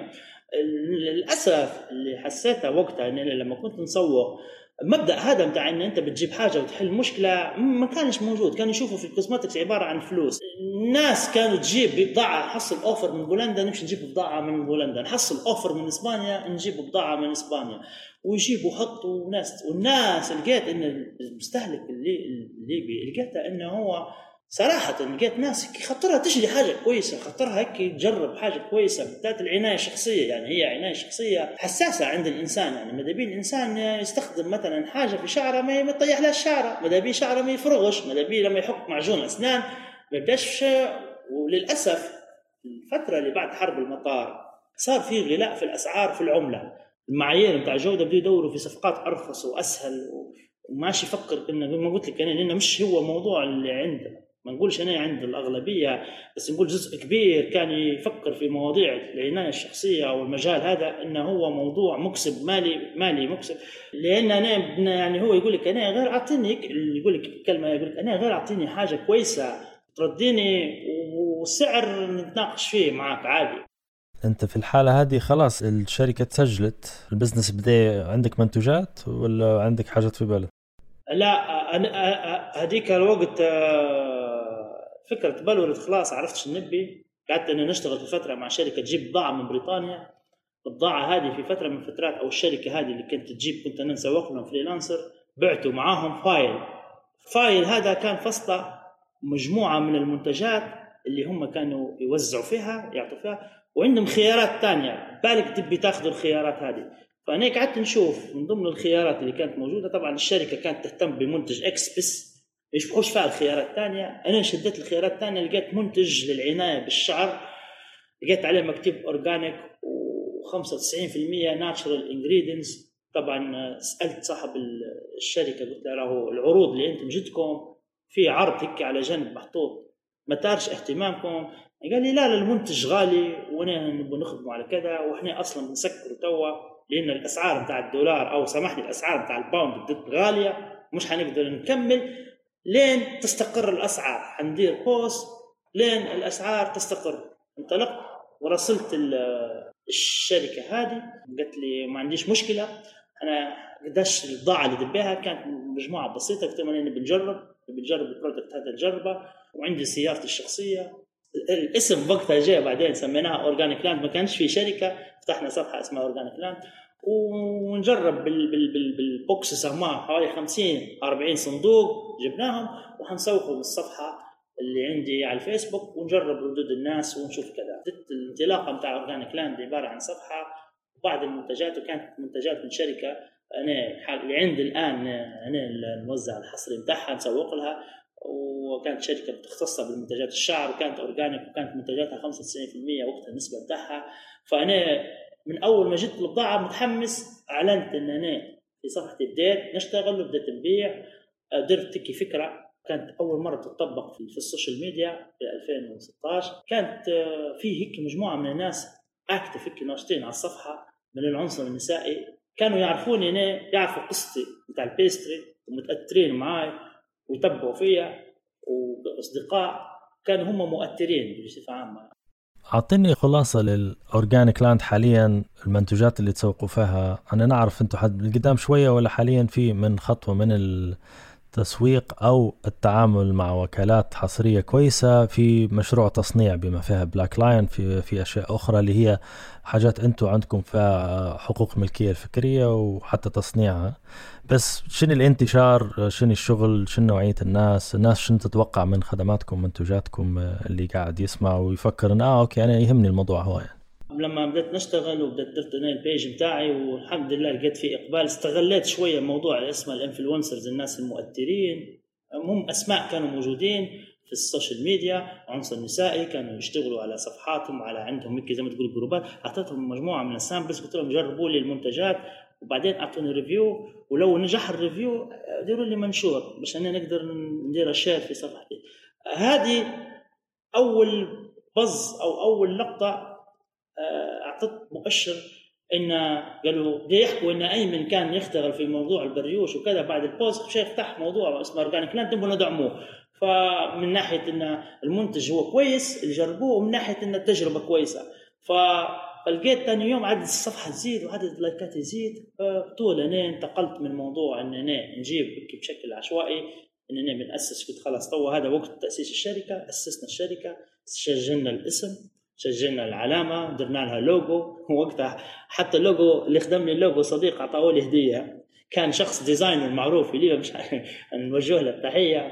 للاسف اللي حسيتها وقتها ان لما كنت نسوق مبدأ هذا متاع ان انت بتجيب حاجه وتحل مشكله ما كانش موجود. كانوا يشوفوا في الكوزماتكس عباره عن فلوس. الناس كانوا تجيب بضاعه، نحصل اوفر من بولندا نمشي نجيب بضاعه من بولندا، نحصل اوفر من اسبانيا نجيب بضاعه من اسبانيا، ويجيبوا حطوا ناس. والناس لقيت ان المستهلك الليبي لقيتها انه هو صراحة لقيت ناس خطرها تشري حاجة كويسة، خطرها هيك تجرب حاجة كويسة، بالذات العناية الشخصية. يعني هي عناية شخصية حساسة عند الإنسان. يعني ماذا بيه الإنسان يستخدم مثلا حاجة في شعره ما يطيح لها الشعره، ماذا بيه شعره ما يفرغش، ماذا بيه لما يحط معجون أسنان ما يبداش. وللأسف الفترة اللي بعد حرب المطار صار في غلاء في الأسعار في العملة، المعايير متاع الجودة بدأوا يدوروا في صفقات أرخص وأسهل وماشي يفكر إنه ما قلت لك أنا لأنه مش هو موضوع اللي عندنا. ما نقولش أنا عند الأغلبية، بس نقول جزء كبير كان يفكر في مواضيع العناية الشخصية والمجال هذا إنه هو موضوع مكسب مالي مالي مكسب. لأن أنا يعني هو يقول لك أنا غير أعطيني، يقول لك كلمة يقول لك أنا غير أعطيني حاجة كويسة ترديني وسعر نتناقش فيه معك عادي. أنت في الحالة هذه خلاص الشركة تسجلت، البزنس بدأ، عندك منتوجات ولا عندك حاجات في بالك؟ لا أنا هذيك الوقت فكرة بلورت خلاص عرفت شو نبي. قعدت أنا نشتغل في فترة مع شركة تجيب بضاعة من بريطانيا. البضاعة هذه في فترة من فترات أو الشركة هذه اللي كنت تجيب كنت أنا نسوق لهم فريلانسر، بعتوا معاهم فايل. فايل هذا كان فصله مجموعة من المنتجات اللي هم كانوا يوزعوا فيها يعطوا فيها، وعندهم خيارات تانية بالك تبي تاخذوا الخيارات هذه. فأنا قعدت نشوف من ضمن الخيارات اللي كانت موجودة، طبعا الشركة كانت تهتم بمنتج إكس بس يشبهوش فيها الخيارات الثانية. أنا شدت الخيارات الثانية لقيت منتج للعناية بالشعر، لقيت عليه مكتوب أورجانيك وخمسة وتسعين بالمئة ناتشرال إنجريدينتس. طبعا سألت صاحب الشركة قلت له العروض اللي أنتم جدكم في عرض هيك على جنب محطوط ما تارش اهتمامكم؟ قال لي لا لا المنتج غالي وانا نبغى نخدمه على كذا، واحنا اصلا بنسكر توا لان الاسعار بتاع الدولار او سامحني الاسعار بتاع الباوند غاليه، مش هنقدر نكمل لين تستقر الاسعار. حندير بوست لين الاسعار تستقر. انطلقت ورسلت الشركه هذه، قالت لي ما عنديش مشكله، انا قداش البضاعه اللي دبيها كانت مجموعه بسيطه، قلت لهم انا بنجرب بنجرب البرودكت هذا نجربه، وعندي سيارتي الشخصيه. الاسم وقتها جاء بعدين سميناها اورجانيك لاند، ما كانش في شركه، فتحنا صفحه اسمها اورجانيك لاند ونجرب بال بال بال بالبوكس سماها حوالي خمسين أربعين صندوق جبناهم وحنسوقهم الصفحه اللي عندي على الفيسبوك ونجرب ردود الناس ونشوف كذا. الانطلاقه نتاع اورجانيك لاند عباره عن صفحه وبعض المنتجات، وكانت منتجات من شركه انا اللي عندي الان انا الموزع الحصري نتاعها نسوق لها، وكانت شركه متخصصه بالمنتجات الشعر وكانت اورجانيك وكانت منتجاتها خمسة وتسعين بالمئة وقتها النسبه نتاعها. فانا من اول ما جيت البضاعه متحمس، اعلنت ان انا في صفحتي بديت نشتغل وبدأت نبيع. درت تكي فكره كانت اول مره تطبق في, في السوشيال ميديا في ألفين وستة عشر. كانت في هيك مجموعه من الناس اكتف هيك ناشطين على الصفحه من العنصر النسائي، كانوا يعرفوني انا، يعرفوا قصتي بتاع البيستري ومتاثرين معاي ويتبعوا فيها، واصدقاء كانوا هم مؤثرين بصفه عامه. أعطيني خلاصة للأورجانيك لاند حاليا، المنتجات اللي تسوقوا فيها. أنا نعرف أنتوا حد من قدام شوية ولا حاليا في من خطوة من التسويق أو التعامل مع وكالات حصرية كويسة في مشروع تصنيع بما فيها بلاك لاين، في في أشياء أخرى اللي هي حاجات أنتوا عندكم فيها حقوق ملكية الفكرية وحتى تصنيعها. بس شنو الانتشار، شنو الشغل، شنو نوعية الناس الناس شنو تتوقع من خدماتكم منتجاتكم اللي قاعد يسمع ويفكر إن آه أوكي أنا يهمني الموضوع هو يعني. لما بدأت نشتغل وبدأت درت أنا البيج متاعي والحمد لله لقيت فيه إقبال، استغليت شوية موضوع اسمه الانفلونسرز، الناس المؤثرين، هم أسماء كانوا موجودين في السوشيال ميديا، عنصر نسائي، كانوا يشتغلوا على صفحاتهم على عندهم هيك زي ما تقول جروبات. أعطيتهم مجموعة من السامبلز قلت لهم جربوا لي المنتجات وبعدين أعطوني ريفيو، ولو نجح الريفيو ديروا لي منشور باش أنا نقدر ندير شير في صفحتي. هذه أول بز أو أول لقطة أعطت مؤشر إن قالوا دي يحكوا إن أيمن كان يشتغل في موضوع البريوش وكذا، بعد البوست مش يفتح موضوع اسمه أورجانيك لاند نبغى ندعموه. فمن ناحية إن المنتج هو كويس اللي جربوه، ومن ناحية إن التجربة كويسة. فلقيت ثاني يوم عدد الصفحة تزيد وعدد اللايكات يزيد. فطول أنا انتقلت من موضوع إن أنا نجيب بشكل عشوائي إن أنا بنأسس، قلت خلاص تو هذا وقت تأسيس الشركة. أسسنا الشركة، سجلنا الاسم، سجلنا العلامة، درنا لها لوجو. وقتها حتى اللوجو اللي خدمني اللوجو صديق عطاه لي هدية، كان شخص ديزاينر معروف لي مش نوجه له التحية.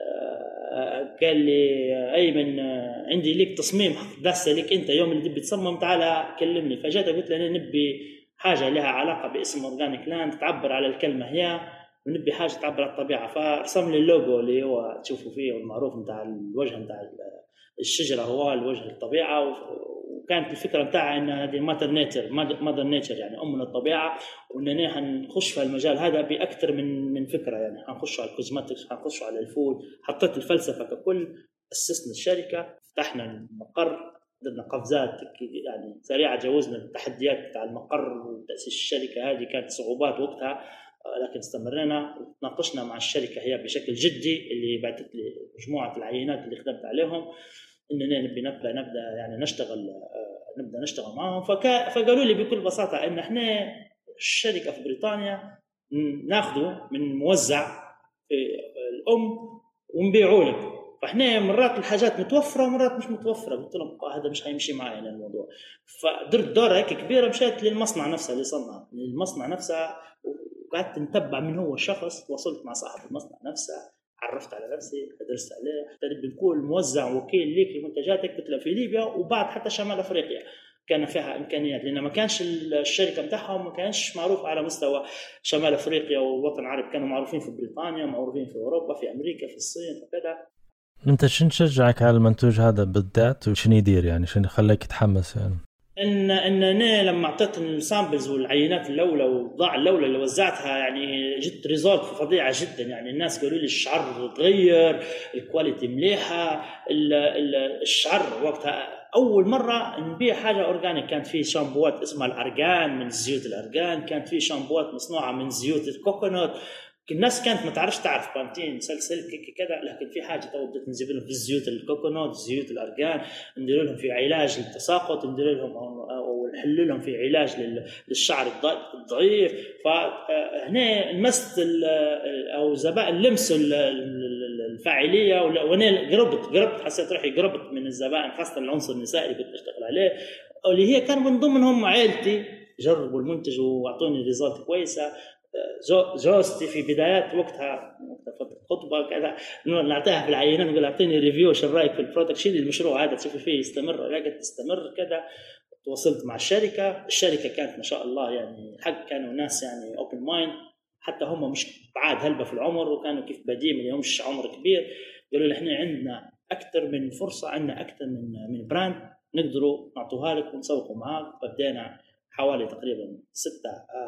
قال لي أيمن عندي ليك تصميم داسة لك أنت، يوم اللي تبي تصمم تعال كلمني. فجأة قلت له نبي حاجة لها علاقة باسم أورجانيك لاند تعبر على الكلمة هي، ونبي حاجة تعبر على الطبيعة. فرسم لي اللوجو اللي هو تشوفوا فيه والمعروف متاع الوجه متاع الشجرة هو الوجه الطبيعة. وكانت الفكرة متاعها إن هذه مادر نيتر مادر نيتر يعني أمنا الطبيعة، وإننا هنخش في المجال هذا بأكثر من من فكرة. يعني هنخش على الكوزماتكس، هنخش على الفود. حطيت الفلسفة ككل، أسسنا الشركة، فتحنا المقر، درنا قفزات يعني سريعة، جوزنا التحديات بتاع المقر وتأسيس الشركة. هذه كانت صعوبات وقتها لكن استمرنا وتناقشنا مع الشركة هي بشكل جدي اللي بعثت لي مجموعة العينات اللي خدمت عليهم إننا نبي نبدأ نبدأ يعني نشتغل نبدأ نشتغل معهم. فكا فقالوا لي بكل بساطة إن إحنا الشركة في بريطانيا ناخده من موزع في الأم ونبيعه لك، فإحنا مرات الحاجات متوفرة ومرات مش متوفرة. قلت لهم هذا مش هيمشي معي الموضوع. فدرت دورة هيك كبيرة، مشيت للمصنع نفسه اللي صنع المصنع نفسه، وقعدت نتبع من هو الشخص. وصلت مع صاحب المصنع نفسه، عرفت على نفسي، درست عليه، حتى نبي نكون موزع وكيل ليك لمنتجاتك مثل في ليبيا وبعد حتى شمال أفريقيا كان فيها إمكانيات، لأن ما كانش الشركة متاعهم ما كانش معروف على مستوى شمال أفريقيا والوطن العربي. كانوا معروفين في بريطانيا، معروفين في أوروبا، في أمريكا، في الصين وكذا. أنت شن شجعك على المنتوج هذا بالذات وشن يدير يعني شن خليك تحمس يعني؟ ان ان انا لما اعطيت السامبلز والعينات الاولى والبضاعه الاولى اللي وزعتها يعني جت ريزولت فظيعه جدا. يعني الناس قالوا لي الشعر تغير، الكواليتي مليحه، الشعر وقتها اول مره نبيع حاجه اورجانيك. كانت في شامبوات اسمها الارغان من زيوت الارغان، كانت في شامبوات مصنوعه من زيوت الكوكونات. الناس كانت ما تعرفش تعرف بانتين سلسل كذا، لكن في حاجه تو بدات نزيد لهم في الزيوت الكوكونات، زيوت الارغان، ندير لهم في علاج للتساقط، ندير لهم او نحل لهم في علاج للشعر الضعيف. فهنا لمست او زبائن لمسوا الفاعليه، وانا قربت قربت حسيت روحي قربت من الزبائن، خاصه العنصر النسائي اللي كنت اشتغل عليه اللي هي كان من ضمنهم عائلتي. جربوا المنتج واعطوني ريزلت كويسه. جوزتي في بدايات وقتها خطبه كذا نعطيها في العينات نقول اعطيني ريفيو شو رايك في البرودكت، شيل المشروع هذا تشوفي فيه يستمر، لقيت تستمر كذا. تواصلت مع الشركه، الشركه كانت ما شاء الله يعني الحق كانوا ناس يعني اوبن مايند، حتى هم مش بعاد هلبة في العمر وكانوا كيف بادين من يومش عمر كبير. قالوا لي احنا عندنا اكثر من فرصه، عندنا اكثر من من براند نقدروا نعطوها لك ونسوقوا معاك. فبدينا حوالي تقريبا ستة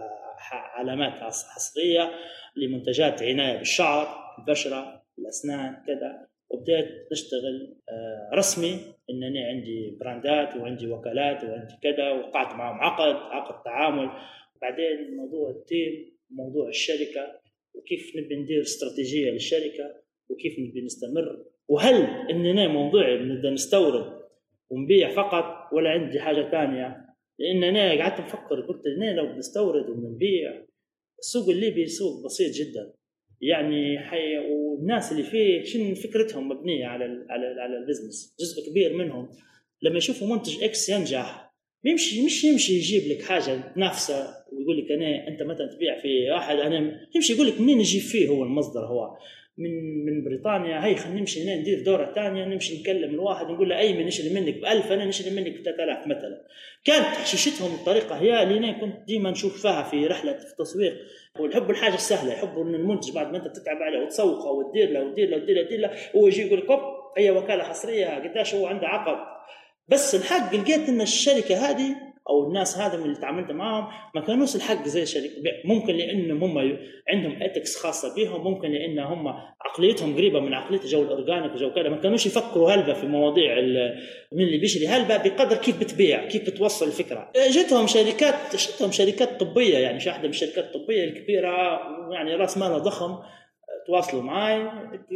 علامات حصريه لمنتجات عنايه بالشعر، البشره، الاسنان كذا. وبدأت نشتغل رسمي إنني عندي براندات وعندي وكالات وعندي كذا، وقعت معهم عقد عقد تعامل. بعدين موضوع التيم، موضوع الشركة، وكيف نبي ندير استراتيجية للشركة وكيف نبي نستمر، وهل إننا موضوع نبدأ نستورد ونبيع فقط ولا عندي حاجة تانية. لأن أنا قعدت أفكر قلت لنا لو بنستورد ونبيع السوق الليبي سوق بسيط جدا يعني حي... والناس اللي فيه شن فكرتهم مبنية على ال على ال على البزنس. جزء كبير منهم لما يشوفوا منتج إكس ينجح يمشي مش يمشي يجيب لك حاجة تنافسه ويقول لك أنا أنت مثلا تبيع في واحد أنا يمشي يقول لك منين يجيب فيه هو المصدر هو من من بريطانيا. هاي خلينا نمشي هنا ندير دورة تانية نمشي نكلم الواحد نقول له أيمن نشري منك بألف أنا نشري منك بثلاثة آلاف مثلا. كانت حشيشتهم الطريقة هي اللي أنا كنت ديما نشوف فيها في رحلة التسويق. ويحبوا الحاجة السهلة، يحبوا إن المنتج بعد ما أنت تتعب عليه وتسوقه وتدير له وتدير له وتدير له وتدير له هو يجي يقول لك أي وكالة حصرية قداش هو عنده عقد. بس الحق لقيت إن الشركة هذه أو الناس هذا من اللي تعاملت معهم ما كانوش الحق زي الشركة. ممكن لأنهم هم عندهم إتكس خاصة بهم، ممكن لأن هم عقليتهم قريبة من عقلية جو الأورجانيك وجو كذا. ما كانوش يفكروا هلبة في مواضيع من اللي بيشري هلبة بقدر كيف بتبيع كيف بتوصل الفكرة. جتهم شركات جتهم شركات طبية يعني شو واحدة من الشركات الطبية الكبيرة يعني رأس مالها ضخم تواصلوا معي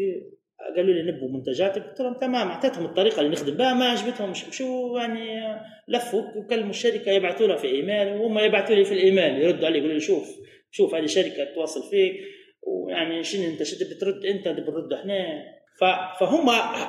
قالوا لي نبوا منتجاتك. قلت لهم تمام، اعطيتهم الطريقه اللي نخدم بها ما عجبتهم شو يعني لفوا وكلموا الشركه يبعثوا لها في ايميل وهم يبعثوا لي في الايميل يردوا علي يقولوا لي شوف شوف هذه شركه تواصل فيك ويعني شنو انت شو بترد انت بنرد احنا. فهم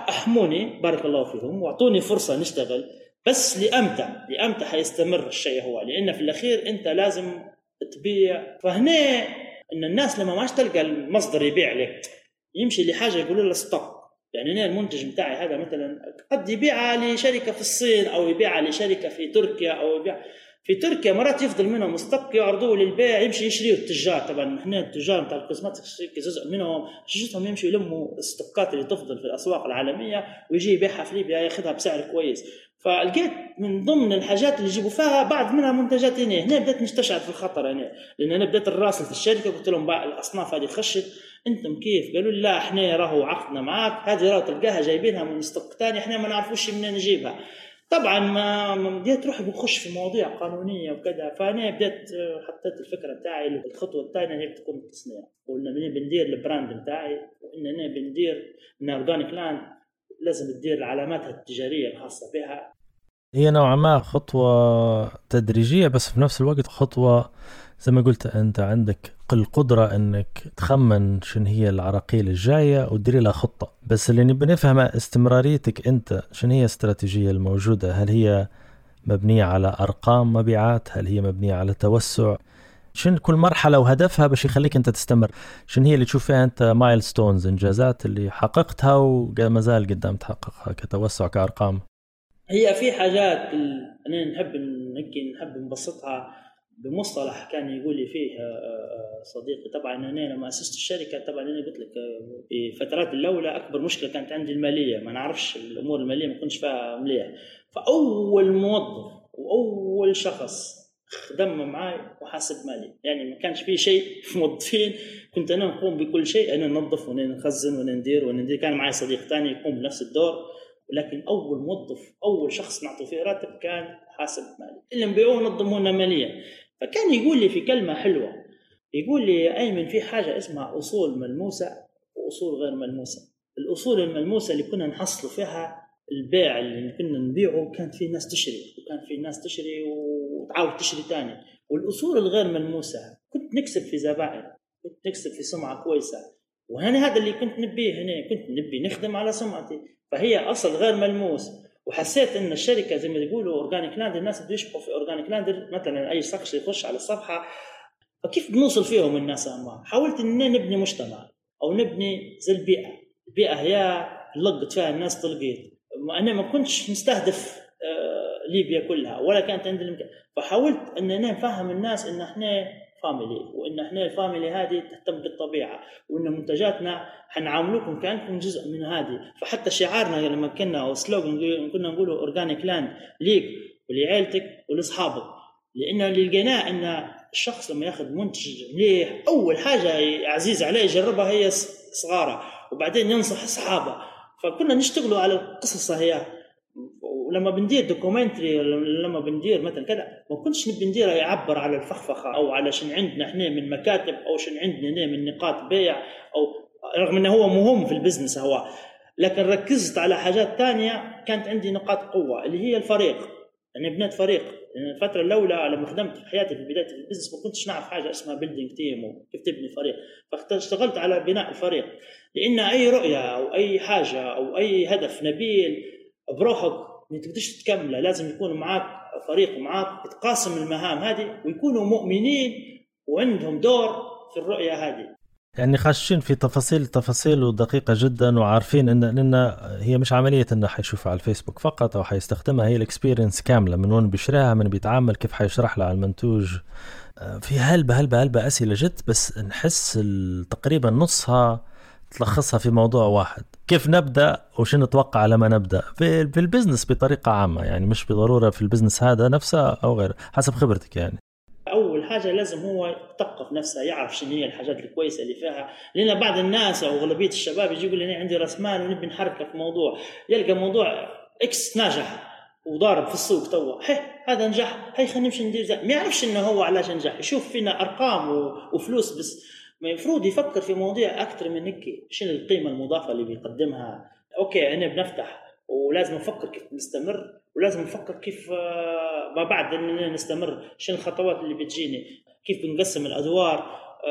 احموني بارك الله فيهم واعطوني فرصه نشتغل بس لامتى لامتى حيستمر الشيء هو لان في الاخير انت لازم تبيع. فهنا ان الناس لما ماش تلقى المصدر يبيع لك يمشي لحاجة يقولوا له ستوب. يعني أنا المنتج متاعي هذا مثلا قد يبيعها لشركة في الصين أو يبيعها لشركة في تركيا أو يبيع في تركيا مرات يفضل منهم ستوك يعرضوه للبيع يمشي يشتريه التجار. طبعا احنا التجار بتاع الكوزماتكس جزء منهم شجتهم يمشي يلموا الستوكات اللي تفضل في الأسواق العالمية ويجي يبيعها في ليبيا ياخذها بسعر كويس. فلقيت من ضمن الحاجات اللي يجيبوا فيها بعض منها منتجات هنا هنا بدأت نستشعر في الخطر هنا لأن أنا بدأت الراسل في الشركة قلت لهم بقى الأصناف هذه خشت انتم كيف؟ قالوا لي لا احنا راهو عقدنا معاك هذه راهو تلقاها جايبينها من ستوك تاني احنا ما نعرفوش منين نجيبها. طبعا ما بديت روح بنخش في مواضيع قانونيه وكذا. فانا بديت حطيت الفكره بتاعي الخطوه الثانيه هي بتكون التصنيع. قلنا منين بندير البراند بتاعي واننا بندير ان اورجانيك لاند لازم تدير العلامات التجاريه الخاصه بها. هي نوعا ما خطوه تدريجيه بس في نفس الوقت خطوه زي ما قلت أنت عندك القدرة أنك تخمن شن هي العراقيل الجاية وتدير لها خطة. بس اللي نبي نفهمها استمراريتك أنت شن هي الاستراتيجية الموجودة. هل هي مبنية على أرقام مبيعات؟ هل هي مبنية على توسع؟ شن كل مرحلة وهدفها باش يخليك أنت تستمر؟ شن هي اللي تشوف فيها أنت مايلستونز إنجازات اللي حققتها وما زال قدام تحققها كتوسع كأرقام؟ هي في حاجات أنا نحب نحب نبسطها بمصطلح كان يقول لي فيه صديقي. طبعا أنا لما أسست الشركة طبعا أنا قلت لك في فترات الأولى أكبر مشكلة كانت عندي المالية ما نعرفش الأمور المالية ما كنتش فيها مليح. فأول موظف وأول شخص خدم معي وحاسب مالي يعني ما كانش فيه شيء في موظفين كنت أنا نقوم بكل شيء أنا ننظف ونخزن وندير وندير. كان معي صديق ثاني يقوم بنفس الدور ولكن أول موظف أول شخص نعطيه فيه راتب كان حاسب مالي اللي نبيعوه نظمونا ماليا. فكان يقول لي في كلمة حلوة يقول لي أيمن في حاجة اسمها أصول ملموسة وأصول غير ملموسة. الأصول الملموسة اللي كنا نحصل فيها البيع اللي كنا نبيعه كانت في ناس تشتري وكان في ناس تشتري وتعاود تشتري تاني. والأصول الغير ملموسة كنت نكسب في زبائن كنت نكسب في سمعة كويسة وهنا هذا اللي كنت نبيه هنا كنت نبي نخدم على سمعتي. فهي أصل غير ملموس. وحسيت ان الشركه زي ما يقولوا اورجانيك لاند الناس بده يشبهوا في اورجانيك لاند مثلا اي شخص يخش على الصفحه فكيف بنوصل فيهم الناس أمام؟ حاولت إن نبني مجتمع أو نبني زي البيئة. البيئة هي لقت فيها الناس طلقيت. أنا ما كنتش مستهدف ليبيا كلها ولا كانت عندي الإمكان، فحاولت أن أنا نفهم الناس إن إحنا فاميلي، وإن إحنا الفاميلي هذه تهتم بالطبيعة، وإن منتجاتنا حنعاملوكم كأنكم جزء من هذه. فحتى شعارنا لما كنا أو سلوغن كنا نقوله أورجانيك لاند ليك ولعائلتك ولأصحابك، لأن اللي لقيناه أن الشخص لما يأخذ منتج مليح أول حاجة عزيز عليه يجربها هي صغارة، وبعدين ينصح أصحابه. فكنا نشتغلوا على القصص هي. ولما بندير دوكومنتري لما بندير مثلا كذا ما كنتش نبي ندير يعبر على الفخفخه او على شن عندنا احنا من مكاتب او شن عندنا من نقاط بيع، او رغم انه هو مهم في البزنس هو، لكن ركزت على حاجات تانية كانت عندي نقاط قوه اللي هي الفريق. انا يعني بنيت فريق. يعني الفتره الاولى لما خدمت في حياتي في بدايه البزنس ما كنتش نعرف حاجه اسمها بيلدينج تيم وكيف تبني فريق، فاشتغلت على بناء الفريق. لان اي رؤيه او اي حاجه او اي هدف نبيل بروحك ما تقدرش تكمله، لازم يكون معاك فريق معاك يتقاسم المهام هذه ويكونوا مؤمنين وعندهم دور في الرؤية هذه. يعني خاشين في تفاصيل تفاصيل ودقيقة جدا، وعارفين إن إن هي مش عملية إنه حيشوفها على الفيسبوك فقط أو حيستخدمها، هي الإكسبيرينس كاملة، من وين بيشراها، من بيتعامل، كيف حيشرح له على المنتوج. في هلبة هلبة هلبة أسئلة جت، بس نحس تقريبا نصها تلخصها في موضوع واحد: كيف نبدأ وش نتوقع لما نبدأ في, في البزنس بطريقة عامة، يعني مش بضرورة في البزنس هذا نفسه أو غيره، حسب خبرتك. يعني أول حاجة لازم هو يثقف نفسه، يعرف شنو هي الحاجات الكويسة اللي فيها. لأن بعض الناس أو أغلبية الشباب يجي يقول لي عندي رأس مال ونبي نحركه في موضوع، يلقى موضوع إكس ناجح وضارب في السوق توا، هي هذا نجح، هي خلينا نمشي ندير زي. ما يعرفش إنه هو علاش نجح، يشوف فينا أرقام وفلوس بس. ما يفروض يفكر في مواضيع أكثر من هيك، شنو القيمة المضافة اللي بيقدمها. أوكي أنا بنفتح ولازم نفكر كيف نستمر، ولازم نفكر كيف ما بعد أننا نستمر، شنو الخطوات اللي بتجيني، كيف بنقسم الأدوار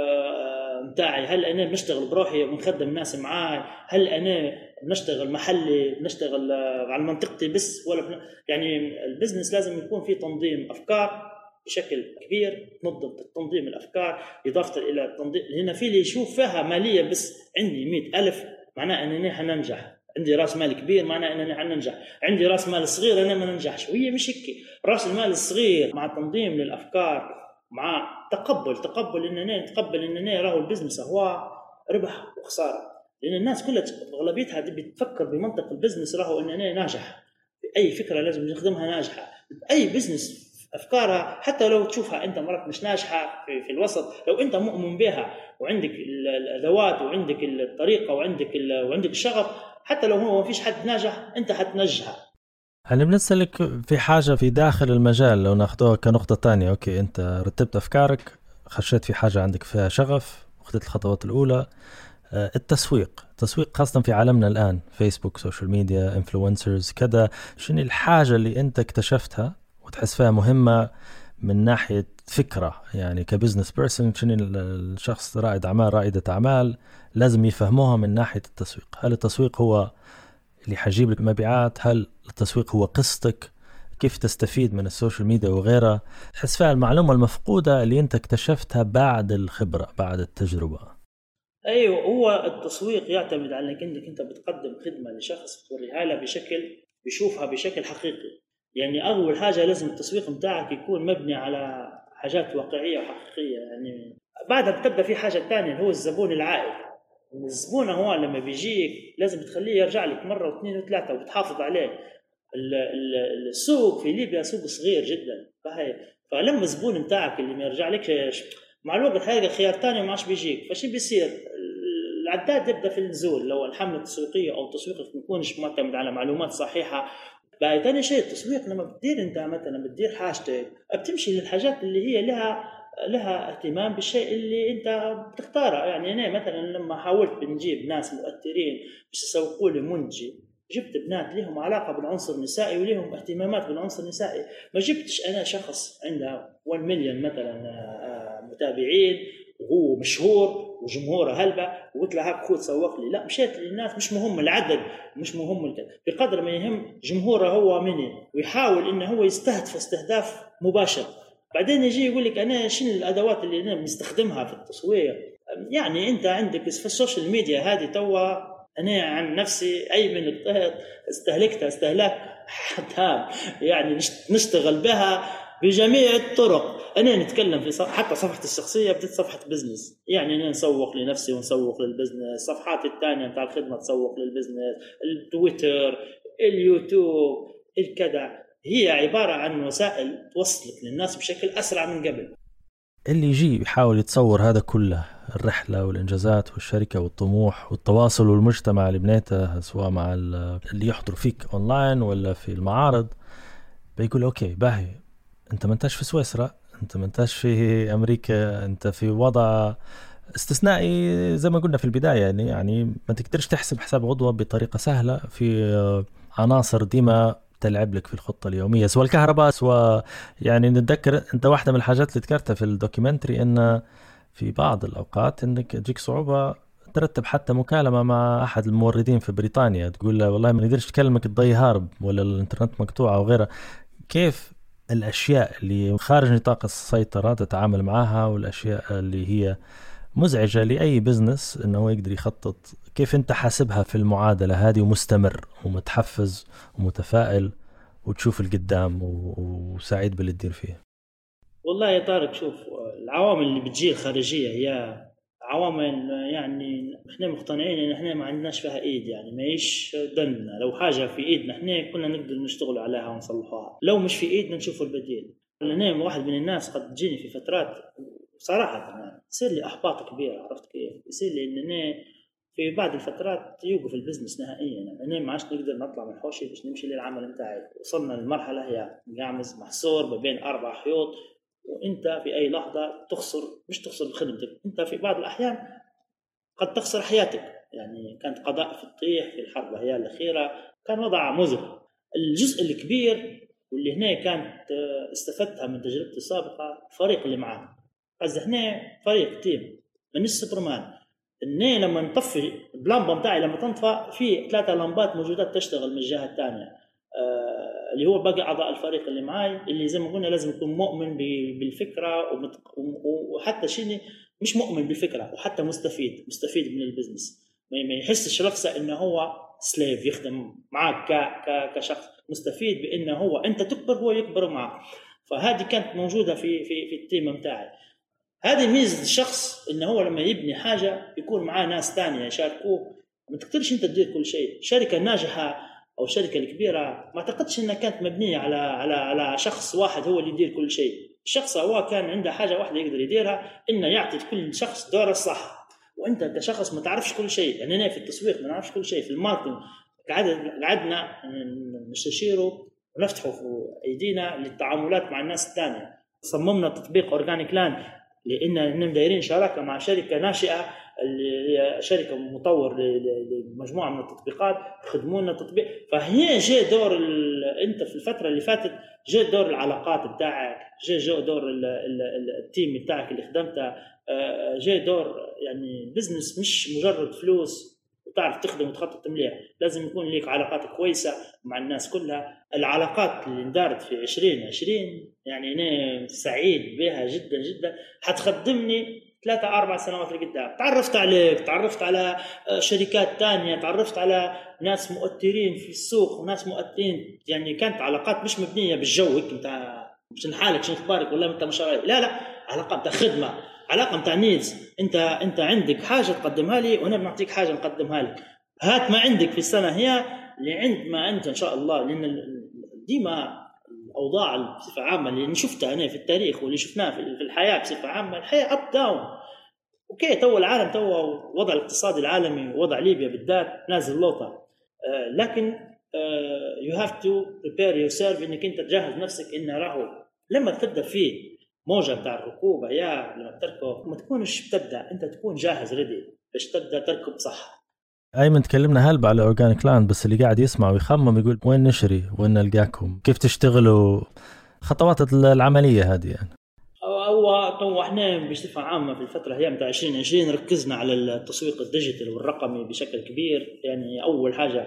متاعي. هل أنا بنشتغل بروحي وبنخدم ناس معاي؟ هل أنا بنشتغل محلي بنشتغل على منطقتي بس؟ ولا بن... يعني البزنس لازم يكون فيه تنظيم أفكار بشكل كبير، تنظم تنظيم الأفكار إضافة إلى التنظيم. هنا في اللي يشوف فيها مالية بس، عندي مئة ألف معناه أنني حننجح، عندي رأس مال كبير معناه أنني حننجح، عندي رأس مال صغير أنا ما ننجحش. وهي مش هيك. رأس المال الصغير مع تنظيم للأفكار مع تقبل تقبل أنني نتقبل أنني راهو البزنس هو ربح وخسارة. لأن الناس كلها أغلبيتها بتفكر بمنطق البزنس راهو أنني ناجح، أي فكرة لازم نخدمها ناجحة. أي بزنس أفكارها حتى لو تشوفها أنت مرات مش ناجحة في, في الوسط، لو أنت مؤمن بها وعندك الأدوات وعندك الطريقة وعندك وعندك الشغف، حتى لو هو ما فيش حد ناجح أنت حتنجحها. أنا بنسألك في حاجة في داخل المجال، لو ناخدوها كنقطة تانية. أوكي أنت رتبت أفكارك، خشيت في حاجة عندك فيها شغف، أخذت الخطوات الأولى. التسويق التسويق خاصة في عالمنا الآن، فيسبوك، سوشيال ميديا، إنفلونسرز كذا، شنو الحاجة اللي أنت اكتشفتها وتحس فيها مهمة من ناحية فكرة، يعني كبزنس بيرسون، شنو الشخص رائد أعمال رائدة أعمال لازم يفهموها من ناحية التسويق؟ هل التسويق هو اللي حجيب لك مبيعات؟ هل التسويق هو قصتك؟ كيف تستفيد من السوشيال ميديا وغيرها؟ تحس فيها المعلومة المفقودة اللي أنت اكتشفتها بعد الخبرة بعد التجربة. أيوة، هو التسويق يعتمد على أنك أنت بتقدم خدمة لشخص توريها له بشكل بيشوفها بشكل حقيقي. يعني أول حاجة لازم التسويق متاعك يكون مبني على حاجات واقعية وحقيقية. يعني بعدها بتبدأ في حاجة تانية هو الزبون العائد. الزبون هو لما بيجيك لازم تخليه يرجع لك مرة واثنين وثلاثة وبتحافظ عليه. السوق في ليبيا سوق صغير جدا، فهي فلما الزبون متاعك اللي ما يرجع لك مع الوقت هيلقى خيار تاني وما عادش بيجيك، فشي بيصير العداد يبدأ في النزول. لو الحملة التسويقية أو تسويقك ما يكونش معتمد على معلومات صحيحة. بعد تاني شيء التسويق لما بتدير انت مثلا بتدير حاجتك بتمشي للحاجات اللي هي لها لها اهتمام بالشيء اللي انت بتختاره. يعني انا مثلا لما حاولت بنجيب ناس مؤثرين باش يسوقوا لي منتجي، جبت بنات لهم علاقه بالعنصر النسائي ولهم اهتمامات بالعنصر النسائي. ما جبتش انا شخص عنده واحد مليون مثلا متابعين وهو مشهور وجمهوره هلبة وقلت له هاك خود سوق لي. لا، مشيت للناس مش مهم العدد، مش مهم الكذا، بقدر ما يهم جمهوره هو مني، ويحاول انه هو يستهدف استهداف مباشر. بعدين يجي يقول لك انا شنو الادوات اللي انا بنستخدمها في التسويق. يعني انت عندك في السوشيال ميديا هذه توا، انا عن نفسي اي من استهلكتها استهلاك حتى يعني نشتغل بها بجميع الطرق. انا نتكلم في حتى صفحتي الشخصيه بدت صفحه بزنس، يعني انا نسوق لنفسي ونسوق للبزنس، صفحاتي الثانيه بتاع الخدمه تسوق للبزنس، التويتر، اليوتيوب، الكذا، هي عباره عن وسائل توصلك للناس بشكل اسرع من قبل. اللي يجي يحاول يتصور هذا كله، الرحلة والإنجازات والشركة والطموح والتواصل والمجتمع اللي بنيته سواء مع اللي يحضر فيك أونلاين ولا في المعارض، بيقول أوكي باهي، أنت ما انتش في سويسرا، أنت ما انتش في أمريكا، أنت في وضع استثنائي زي ما قلنا في البداية. يعني يعني ما تقدرش تحسب حساب غضوة بطريقة سهلة، في عناصر ديما تلعب لك في الخطة اليومية، سواء الكهرباء سواء يعني نتذكر أنت واحدة من الحاجات اللي ذكرتها في الدوكيومنتري أن في بعض الأوقات أنك تجيك صعوبة ترتب حتى مكالمة مع أحد الموردين في بريطانيا، تقول له والله ما نقدرش تكلمك، الضي هارب ولا الإنترنت مقطوعة أو غيرها. كيف الأشياء اللي خارج نطاق السيطرة تتعامل معها، والأشياء اللي هي مزعجة لأي بزنس أنه يقدر يخطط، كيف أنت حاسبها في المعادلة هذه ومستمر ومتحفز ومتفائل وتشوف القدام وسعيد باللي تدير فيه؟ والله يا طارق، شوف، العوامل اللي بتجي الخارجية هي عوامل يعني احنا مقتنعين ان احنا ما عندناش فيها ايد، يعني ما يش دلنا. لو حاجة في ايدنا احنا كنا نقدر نشتغل عليها ونصلحها، لو مش في ايدنا نشوف البديل. لأن واحد من الناس قد تجيني في فترات صراحة يعني يصير لي احباط كبيرة، عرفت كيف؟ يصير لي ان انا في بعض الفترات يوقف البزنس نهائيا، يعني انا ما عادش نقدر نطلع من حوشي باش نمشي للعمل نتاعي. وصلنا للمرحلة هي قامز محصور ما بين اربع حيوط، وانت في اي لحظة تخسر، مش تخسر بخدمتك، انت في بعض الاحيان قد تخسر حياتك. يعني كانت قضاء في الطيح في الحرب هي الاخيرة، كان وضع مزري. الجزء الكبير واللي هنا كانت استفدتها من تجربتي السابقة الفريق اللي معنا، قصد احنا فريق تيم من السوبرمان. إني لما نطفي اللمبة متاعي لما تنطفى في ثلاثة لمبات موجودات تشتغل من الجهة الثانية، آه اللي هو باقي أعضاء الفريق اللي معاي، اللي زي ما قلنا لازم يكون مؤمن بالفكرة، وحتى شيء مش مؤمن بالفكرة، وحتى مستفيد مستفيد من البزنس، ما يحسش نفسه إنه هو سليف يخدم معك كشخص، مستفيد بإنه هو أنت تكبر هو يكبر معك. فهذه كانت موجودة في في في التيم متاعي. هذه ميزة الشخص إنه هو لما يبني حاجة يكون معاه ناس تانية يشاركوه. ما تقدرش أنت تدير كل شيء. شركة ناجحة أو شركة الكبيرة ما أعتقدش إنها كانت مبنية على على على شخص واحد هو اللي يدير كل شيء. الشخص هو كان عنده حاجة واحدة يقدر يديرها، إنه يعطي كل شخص دوره الصح. وأنت كشخص ما تعرفش كل شيء. يعني أنا في التسويق ما نعرفش كل شيء، في الماركتينج قعدنا نستشيره ونفتحه في أيدينا للتعاملات مع الناس الثانية. صممنا تطبيق أورجانيك لاند لأننا دايرين شراكة مع شركة ناشئة، شركة مطور لمجموعة من التطبيقات خدمونا تطبيق. فهي جاء دور أنت في الفترة اللي فاتت جاء دور العلاقات بتاعك، جاء جاء دور التيم بتاعك اللي خدمته، جاء دور يعني بزنس مش مجرد فلوس وتعرف تخدم وتخطط مليح، لازم يكون لك علاقات كويسة مع الناس كلها. العلاقات اللي اندارت في عشرين عشرين يعني أنا سعيد بها جدا جدا، حتخدمني ثلاثة أربع سنوات لقدام. تعرفت عليك، تعرفت على شركات تانية، تعرفت على ناس مؤثرين في السوق وناس مؤثرين. يعني كانت علاقات مش مبنية بالجو هيك انت شن حالك شن اخبارك ولا انت مش عارف، لا لا، علاقة بتاع خدمة، علاقة بتاع نيدز. انت انت عندك حاجة تقدمها لي وانا بنعطيك حاجة نقدمها لك. هات ما عندك في السنة هي اللي عند ما انت ان شاء الله. لان ديما الأوضاع بصفة عامة اللي شفتها أنا في التاريخ واللي شفناه في الحياة بصفة عامة، الحياة أب داون. أوكي تو العالم تو وضع الاقتصادي العالمي وضع ليبيا بالذات نازل لوطة، آه لكن آه you have to prepare yourself إنك أنت تجهز نفسك إنه راهو لما تبدأ فيه موجة بتاع الركوب يا لما تركب ما تكونش بتبدأ، أنت تكون جاهز ريدي باش تبدأ تركب صح. أيمن تكلمنا هلبة على أورجانيك لاند، بس اللي قاعد يسمع ويخمم يقول وين نشري وين نلقاكم كيف تشتغلوا خطوات العملية هذه. يعني هو تو احنا بصفة عامة في الفترة هي متاع عشرين عشرين ركزنا على التسويق الديجيتال والرقمي بشكل كبير. يعني أول حاجة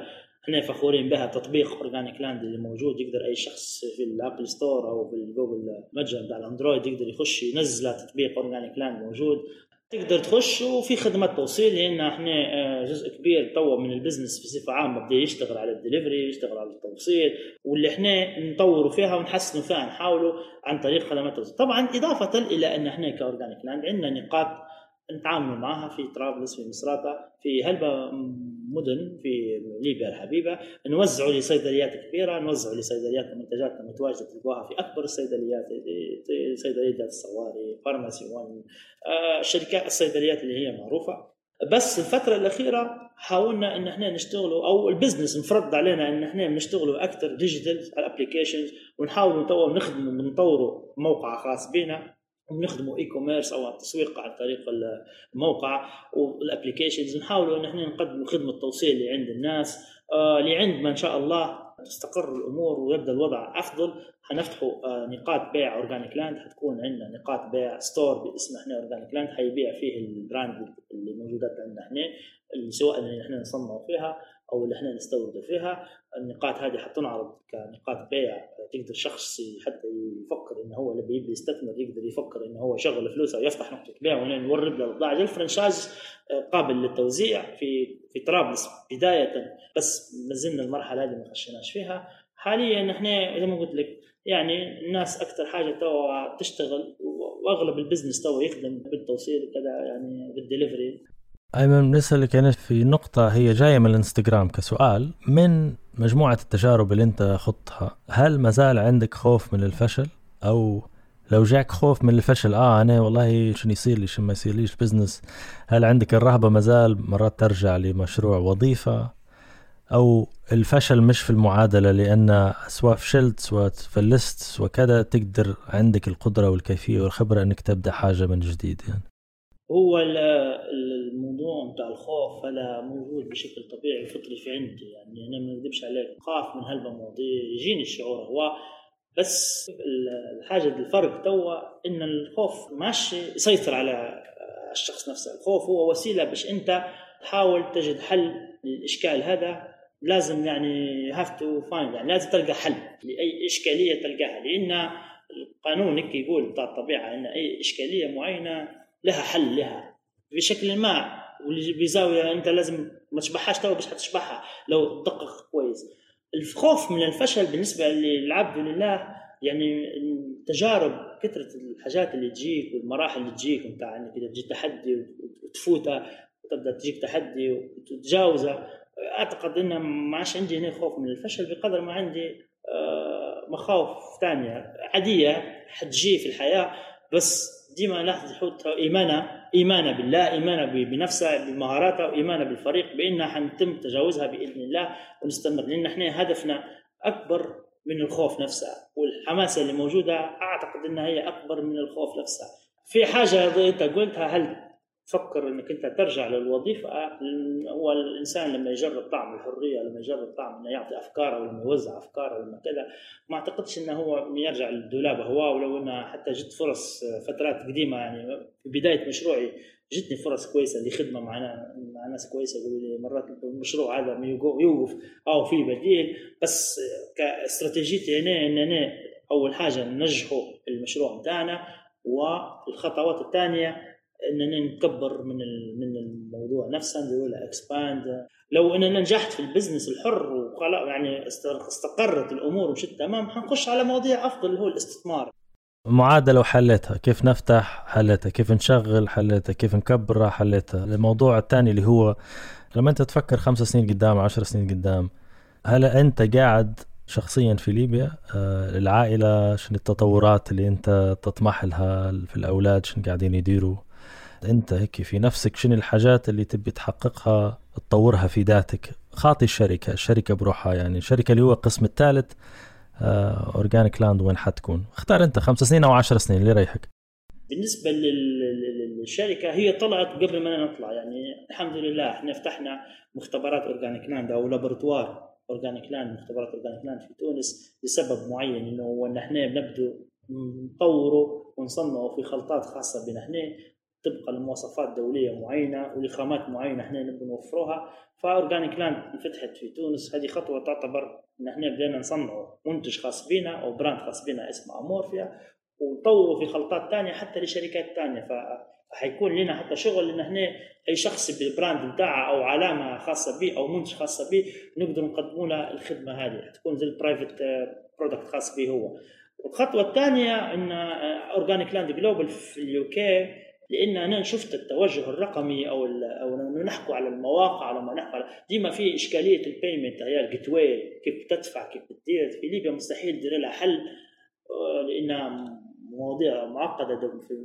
احنا فخورين بها. تطبيق اورجانيك لاند اللي موجود يقدر اي شخص في الابل ستور او في الجوجل متجر بتاع الاندرويد يقدر يخش ينزل تطبيق اورجانيك لاند موجود، تقدر تخش وفي خدمات توصيل. لان احنا جزء كبير تو من البزنس بصفه عامه بده يشتغل على الدليفري، يشتغل على التوصيل، واللي احنا نطوروا فيها ونحسنوا فيها نحاولوا عن طريق خدمات التوصيل. طبعا اضافه الى ان احنا كاورجانيك لاند عندنا نقاط نتعامل معها في طرابلس، في مصراتة، في هلبة مدن في ليبيا الحبيبة. نوزعوا لصيدليات كبيرة، نوزعوا لصيدليات منتجات متواجدة تلقوها في أكبر الصيدليات، صيدلية الصواري، فارماسي وان، الشركات الصيدليات اللي هي معروفة. بس الفترة الأخيرة حاولنا إن إحنا نشتغلوا أو البزنس انفرض علينا إن إحنا نشتغلوا أكثر ديجيتال الابليكيشنز، ونحاول نطور نخدم نطوروا موقع خاص بينا ونخدموا اي كوميرس او التسويق عن طريق الموقع والابليكيشنز. نحاولوا ان احنا نقدم خدمه توصيل اللي عند الناس. آه لعند ما ان شاء الله تستقر الامور ويبدا الوضع افضل هنفتحوا آه نقاط بيع اورجانيك لاند. حتكون عندنا نقاط بيع ستور باسم احنا اورجانيك لاند، حيبيع فيه البراند اللي موجودات عندنا احنا، اللي سواء اللي احنا نصنعوا فيها او اللي احنا نستورد فيها. النقاط هذه حتنعرض كنقاط بيع، تقدر شخص حتى يفكر انه هو اللي بيبي يستثمر يقدر يفكر انه هو يشغل فلوسه ويفتح نقطه بيع ونورد له البضاعه. الفرنشايز قابل للتوزيع في في طرابلس بدايه، بس ما زلنا المرحله هذه ما خشيناش فيها. حاليا احنا زي ما قلت لك يعني الناس اكثر حاجه تو تشتغل، واغلب البزنس تو يخدم بالتوصيل كذا يعني بالدليفري. أيمن بنسألك يعني في نقطة هي جاية من الانستغرام كسؤال، من مجموعة التجارب اللي انت خضتها هل مازال عندك خوف من الفشل؟ أو لو جاك خوف من الفشل آه أنا والله شنو يصير لي شنو ما يصير ليش بزنس، هل عندك الرهبة مازال مرات ترجع لمشروع وظيفة؟ أو الفشل مش في المعادلة لأن سواء فشلت سواء فلست سواء كذا تقدر عندك القدرة والكيفية والخبرة أنك تبدأ حاجة من جديد؟ يعني هو الموضوع بتاع الخوف هذا موجود بشكل طبيعي فطري في عندي، يعني أنا ما أكذبش عليك خاف من هالمواضيع، يجيني الشعور هو. بس الحاجة الفرق توا إن الخوف ماشي يسيطر على الشخص نفسه. الخوف هو وسيلة باش أنت تحاول تجد حل للإشكال هذا. لازم يعني have to find يعني لازم تلقى حل لأي إشكالية تلقاها، لأن القانون هيك يقول بتاع الطبيعة إن أي إشكالية معينة لها حل لها بشكل ما، واللي بزاوية أنت لازم ما تشبحهاش توا باش هتشبحها لو تدقق كويس. الخوف من الفشل بالنسبة للعبد لله يعني تجارب كثرة الحاجات اللي تجيك والمراحل اللي تجيك وانت انك اذا تجي تحدي وتفوتها وتبدا تجيك تحدي وتتجاوزه. اعتقد ان ما عادش عندي هنا خوف من الفشل بقدر ما عندي مخاوف ثانيه عاديه حتجي في الحياه، بس ديما لاحظ يحط ايمانه ايمانه بالله، ايمانه بنفسه بمهاراته، وايمانه بالفريق بانها حنتم تجاوزها باذن الله ونستمر. لان احنا هدفنا اكبر من الخوف نفسه، والحماسه اللي موجوده اعتقد انها هي اكبر من الخوف نفسه. في حاجه انت قلتها، هل تفكر انك انت ترجع للوظيفه؟ هو الانسان لما يجرب طعم الحريه، لما يجرب طعم انه يعطي افكاره ولما يوزع افكاره ولما كذا، ما اعتقدش انه هو يرجع للدولاب هو. ولو انه حتى جت فرص فترات قديمه، يعني في بدايه مشروعي جتني فرص كويسه لخدمه معنا مع ناس كويسه، يقولوا لي مرات المشروع هذا يوقف او في بديل. بس كاستراتيجيتي هنا ان انا اول حاجه ننجحوا المشروع بتاعنا، والخطوات الثانيه اننا نكبر من من الموضوع نفسه، نديروا له اكسباند. لو اننا نجحت في البزنس الحر وخلاص يعني استقرت الامور ومشيت تمام، حنخش على مواضيع افضل اللي هو الاستثمار. معادلة وحلتها، كيف نفتح حلتها، كيف نشغل حلتها، كيف نكبر حلتها. الموضوع الثاني اللي هو لما انت تفكر خمس سنين قدام عشر سنين قدام، هل انت قاعد شخصيا في ليبيا آه العائلة شنو التطورات اللي انت تطمح لها في الاولاد، شنو قاعدين يديروا انت هيك في نفسك، شنو الحاجات اللي تبي تحققها تطورها في ذاتك خاطي الشركة الشركة بروحها، يعني الشركة اللي هو القسم الثالث اورجانيك لاند وين حتكون؟ اختار انت خمس سنين او عشر سنين اللي يريحك. بالنسبه للشركه هي طلعت قبل ما نطلع، يعني الحمد لله احنا فتحنا مختبرات اورجانيك لاند او لابوراتوار اورجانيك لاند، مختبرات اورجانيك لاند في تونس لسبب معين، انه هو ان احنا بنبدو نطوره ونصنعه في خلطات خاصه بنا احنا. تبقى لمواصفات دوليه معينه ولخامات معينه احنا نبغى نوفروها. فاورجانيك لاند انفتحت في تونس، هذه خطوه تعتبر ان احنا بدينا نصنع منتج خاص بنا او براند خاص بنا اسمه امورفيا، ونطوره في خلطات تانية حتى لشركات تانية. فحيكون لنا حتى شغل ان احنا اي شخص بالبراند بتاعه او علامه خاصه به او منتج خاصه به نقدر نقدم له الخدمه هذه، تكون زي البرايفت برودكت خاص به هو. والخطوه الثانيه ان اورجانيك لاند جلوبال في اليوكي، لان انا شفت التوجه الرقمي او او نحكوا على المواقع لما نحكوا على ديما في اشكاليه البيمنت هي الجيت واي، كيف تدفع كيف تدير. في ليبيا مستحيل تدير لها حل لانها مواضيع معقده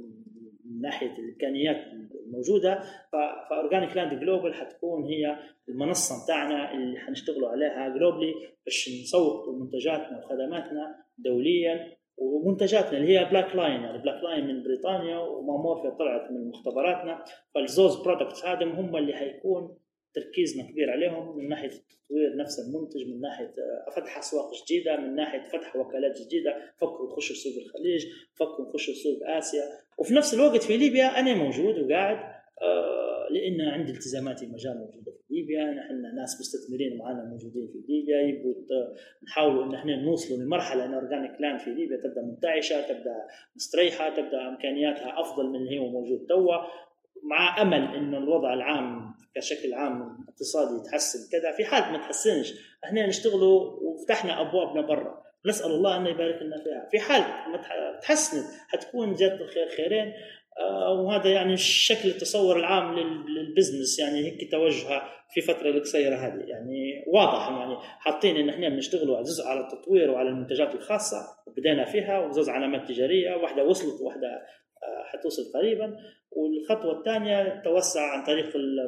من ناحيه الامكانيات الموجوده. فاورجانيك لاند جلوبال حتكون هي المنصه بتاعنا اللي حنشتغلوا عليها جلوبلي باش نسوق منتجاتنا وخدماتنا دوليا. ومنتجاتنا اللي هي بلاك لاين، يعني بلاك لاين من بريطانيا ومامورفيا طلعت من مختبراتنا، فالزوز برودكتس هذم هم اللي حيكون تركيزنا كبير عليهم من ناحيه تطوير نفس المنتج، من ناحيه فتح اسواق جديده، من ناحيه فتح وكالات جديده. فكروا تخشوا سوق الخليج، فكروا تخشوا سوق اسيا. وفي نفس الوقت في ليبيا انا موجود وقاعد آه لان عندي التزاماتي مجال موجوده في ليبيا، نحن ناس مستثمرين معنا موجودين في ليبيا يبغوا نحاولوا ان احنا نوصلوا لمرحله ان اورجانيك لاند في ليبيا تبدا منتعشه، تبدا مستريحه، تبدا امكانياتها افضل من اللي هو موجود توا، مع امل انه الوضع العام كشكل عام اقتصادي يتحسن. كذا في حال ما تحسنش احنا نشتغلوا وفتحنا ابوابنا برا، نسال الله انه يبارك لنا فيها. في حال ما تحسنت حتكون جات الخير خيرين. آه وهذا يعني الشكل التصور العام للبزنس، يعني هيك توجهها في فتره القصيره هذه، يعني واضح يعني حاطين ان احنا بنشتغلوا على جزء على التطوير وعلى المنتجات الخاصه وبدينا فيها، وجزء علامات تجاريه واحده وصلت وواحده آه حتوصل قريبا. والخطوه الثانيه توسع عن طريق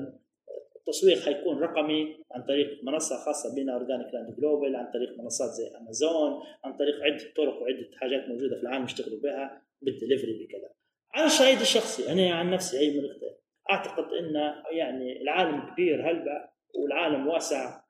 التسويق، حيكون رقمي عن طريق منصه خاصه بنا اورجانيك لاند جلوبال، عن طريق منصات زي امازون، عن طريق عده طرق وعده حاجات موجوده في العالم يشتغلوا بها بالدليفري بكذا. على الصعيد الشخصي انا عن نفسي اي من الاختيار اعتقد ان يعني العالم كبير هلبة والعالم واسع،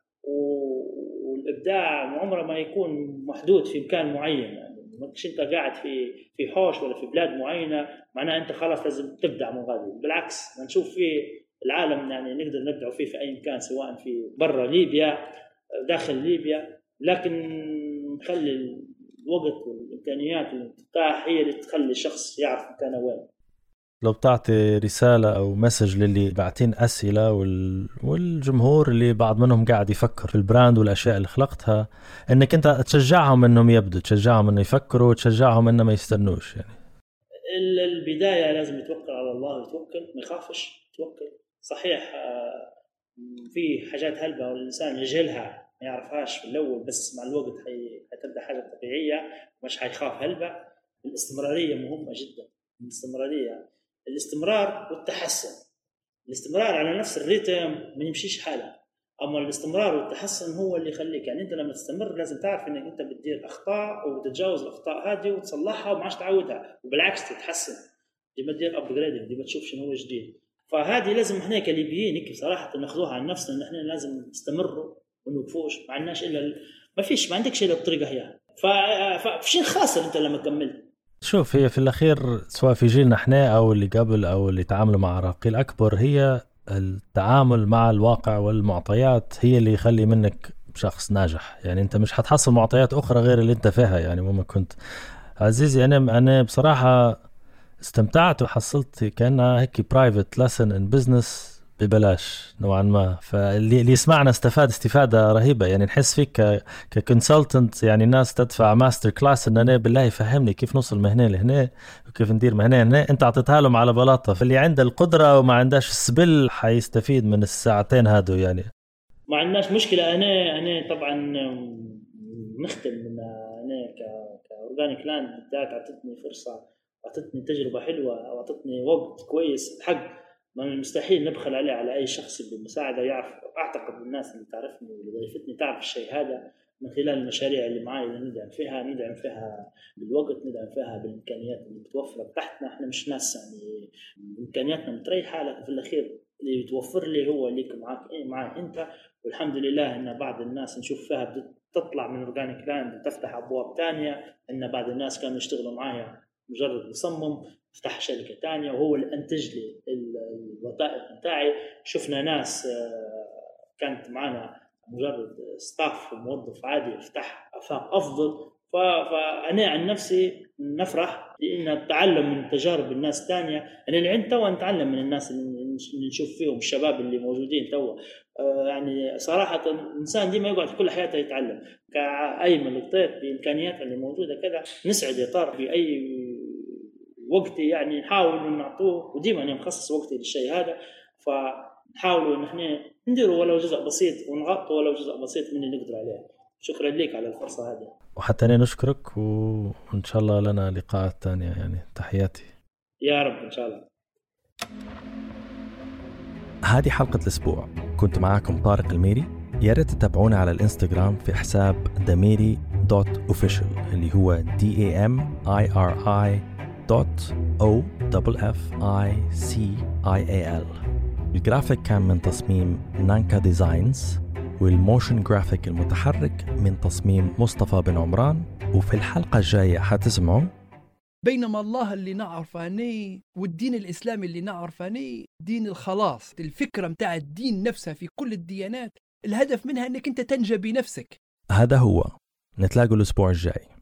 والابداع عمره ما يكون محدود في مكان معين. يعني ما تكونش انت قاعد في في حوش ولا في بلاد معينه معناه انت خلاص لازم تبدع من غادي. بالعكس نشوف في العالم يعني نقدر نبدع فيه في اي مكان، سواء في برا ليبيا داخل ليبيا، لكن نخلي الوقت والإمكانيات والإتاحة هي اللي تخلي الشخص يعرف مكانه وين. لو بتعطي رسالة أو مسج للي باعتين أسئلة وال... والجمهور اللي بعض منهم قاعد يفكر في البراند والأشياء اللي خلقتها، إنك أنت تشجعهم إنهم يبدوا، تشجعهم إنه يفكروا، تشجعهم إنه ما يستنوش. يعني البداية لازم يتوكل على الله ويتوكل، ما يخافش، يتوكل. صحيح في حاجات هلبة والإنسان يجهلها ما يعرفهاش في الأول، بس مع الوقت هتبدأ حاجة طبيعية، مش حيخاف هلبة. الاستمرارية مهمة جدا، الاستمرارية، الاستمرار والتحسن. الاستمرار على نفس الريتم ما يمشيش حاله، أما الاستمرار والتحسن هو اللي يخليك. يعني أنت لما تستمر لازم تعرف إنك أنت بتدير أخطاء وتتجاوز الأخطاء هذه وتصلحها وما عادش تعودها، وبالعكس تتحسن، دي ما تدير أبجريدنج، دي ما تشوف شنو هو جديد. فهذه لازم إحنا كليبيين هيك بصراحة ناخذوها عن نفسنا، إن إحنا لازم نستمروا ونوقفوش، ما عندناش إلا ما فيش ما عندكش إلا الطريقة هي. ففشين خاسر أنت لما كملت. شوف، هي في الأخير سواء في جيلنا إحنا أو اللي قبل أو اللي تعاملوا مع عراقيل أكبر، هي التعامل مع الواقع والمعطيات هي اللي يخلي منك شخص ناجح. يعني أنت مش هتحصل معطيات أخرى غير اللي أنت فيها. يعني مما كنت عزيزي، أنا أنا بصراحة استمتعت وحصلت كأنها هيك private lesson in business ببلاش نوعا ما. فاللي اللي يسمعنا استفاد استفادة رهيبة. يعني نحس فيك ككونسلتنت، يعني الناس تدفع ماستر كلاس ان انا بالله يفهمني كيف نوصل مهنة لهنا وكيف ندير مهنة هنا. انت عطيتها لهم على بلاطة، فاللي عنده القدرة وما عندهاش السبل حيستفيد من الساعتين هادو. يعني ما عندناش مشكلة. انا انا طبعا نختم من انا كاورجانيك لاند بالذات عطتني فرصة، عطتني تجربة حلوة، وعطتني وقت كويس حق ما مستحيل نبخل عليه على أي شخص بالمساعدة. يعرف أعتقد الناس اللي تعرفني واللي ضيفتني تعرف الشيء هذا من خلال المشاريع اللي معي اللي ندعم فيها ندعم فيها بالوقت، ندعم فيها بالإمكانيات اللي بتوفر تحتنا. إحنا مش ناس يعني إمكانياتنا متريحة، لكن في الأخير اللي بتوفر لي هو اللي معك إيه معي أنت. والحمد لله إن بعض الناس نشوف فيها بتطلع من أورجانيك لاند وتفتح أبواب تانية. إن بعض الناس كانوا يشتغلوا معايا مجرد مصمم فتح شركة تانية وهو اللي أنتج لي الوظائف بتاعي. شفنا ناس كانت معنا مجرد ستاف وموظف عادي يفتح آفاق أفضل. فأنا عن نفسي نفرح لأن أتعلم من تجارب الناس تانية. أنا اللي عندي توا نتعلم من الناس اللي نشوف فيهم الشباب اللي موجودين توا. يعني صراحة الإنسان دي ما يقعد كل حياته يتعلم. كأيمن القطيط بإمكانيات اللي موجودة كذا نسعد يطار في أي وقت يعني نحاول نعطوه، وديما أنا مخصص وقتي للشيء هذا. فنحاولوا إن إحنا نديروا ولو جزء بسيط ونغطوا ولو جزء بسيط من اللي نقدر عليه. شكرا لك على الفرصة هذه. وحتى أنا نشكرك وإن شاء الله لنا لقاءات تانية. يعني تحياتي. يا رب إن شاء الله. هذه حلقة الأسبوع، كنت معاكم طارق الميري. يا ريت تتابعونا على الانستغرام في حساب دميري دوت اوفيشال اللي هو دي اي ام اي ار اي دوت او دبل اف اي سي اي اي ال. الجرافيك كان من تصميم نانكا ديزاينز، والموشن جرافيك المتحرك من تصميم مصطفى بن عمران. وفي الحلقة الجاية حتسمعوا بينما الله اللي نعرفاني والدين الإسلامي اللي نعرفاني دين الخلاص. الفكرة متاع الدين نفسها في كل الديانات الهدف منها أنك أنت تنجى بنفسك. هذا هو. نتلاقوا الأسبوع الجاي.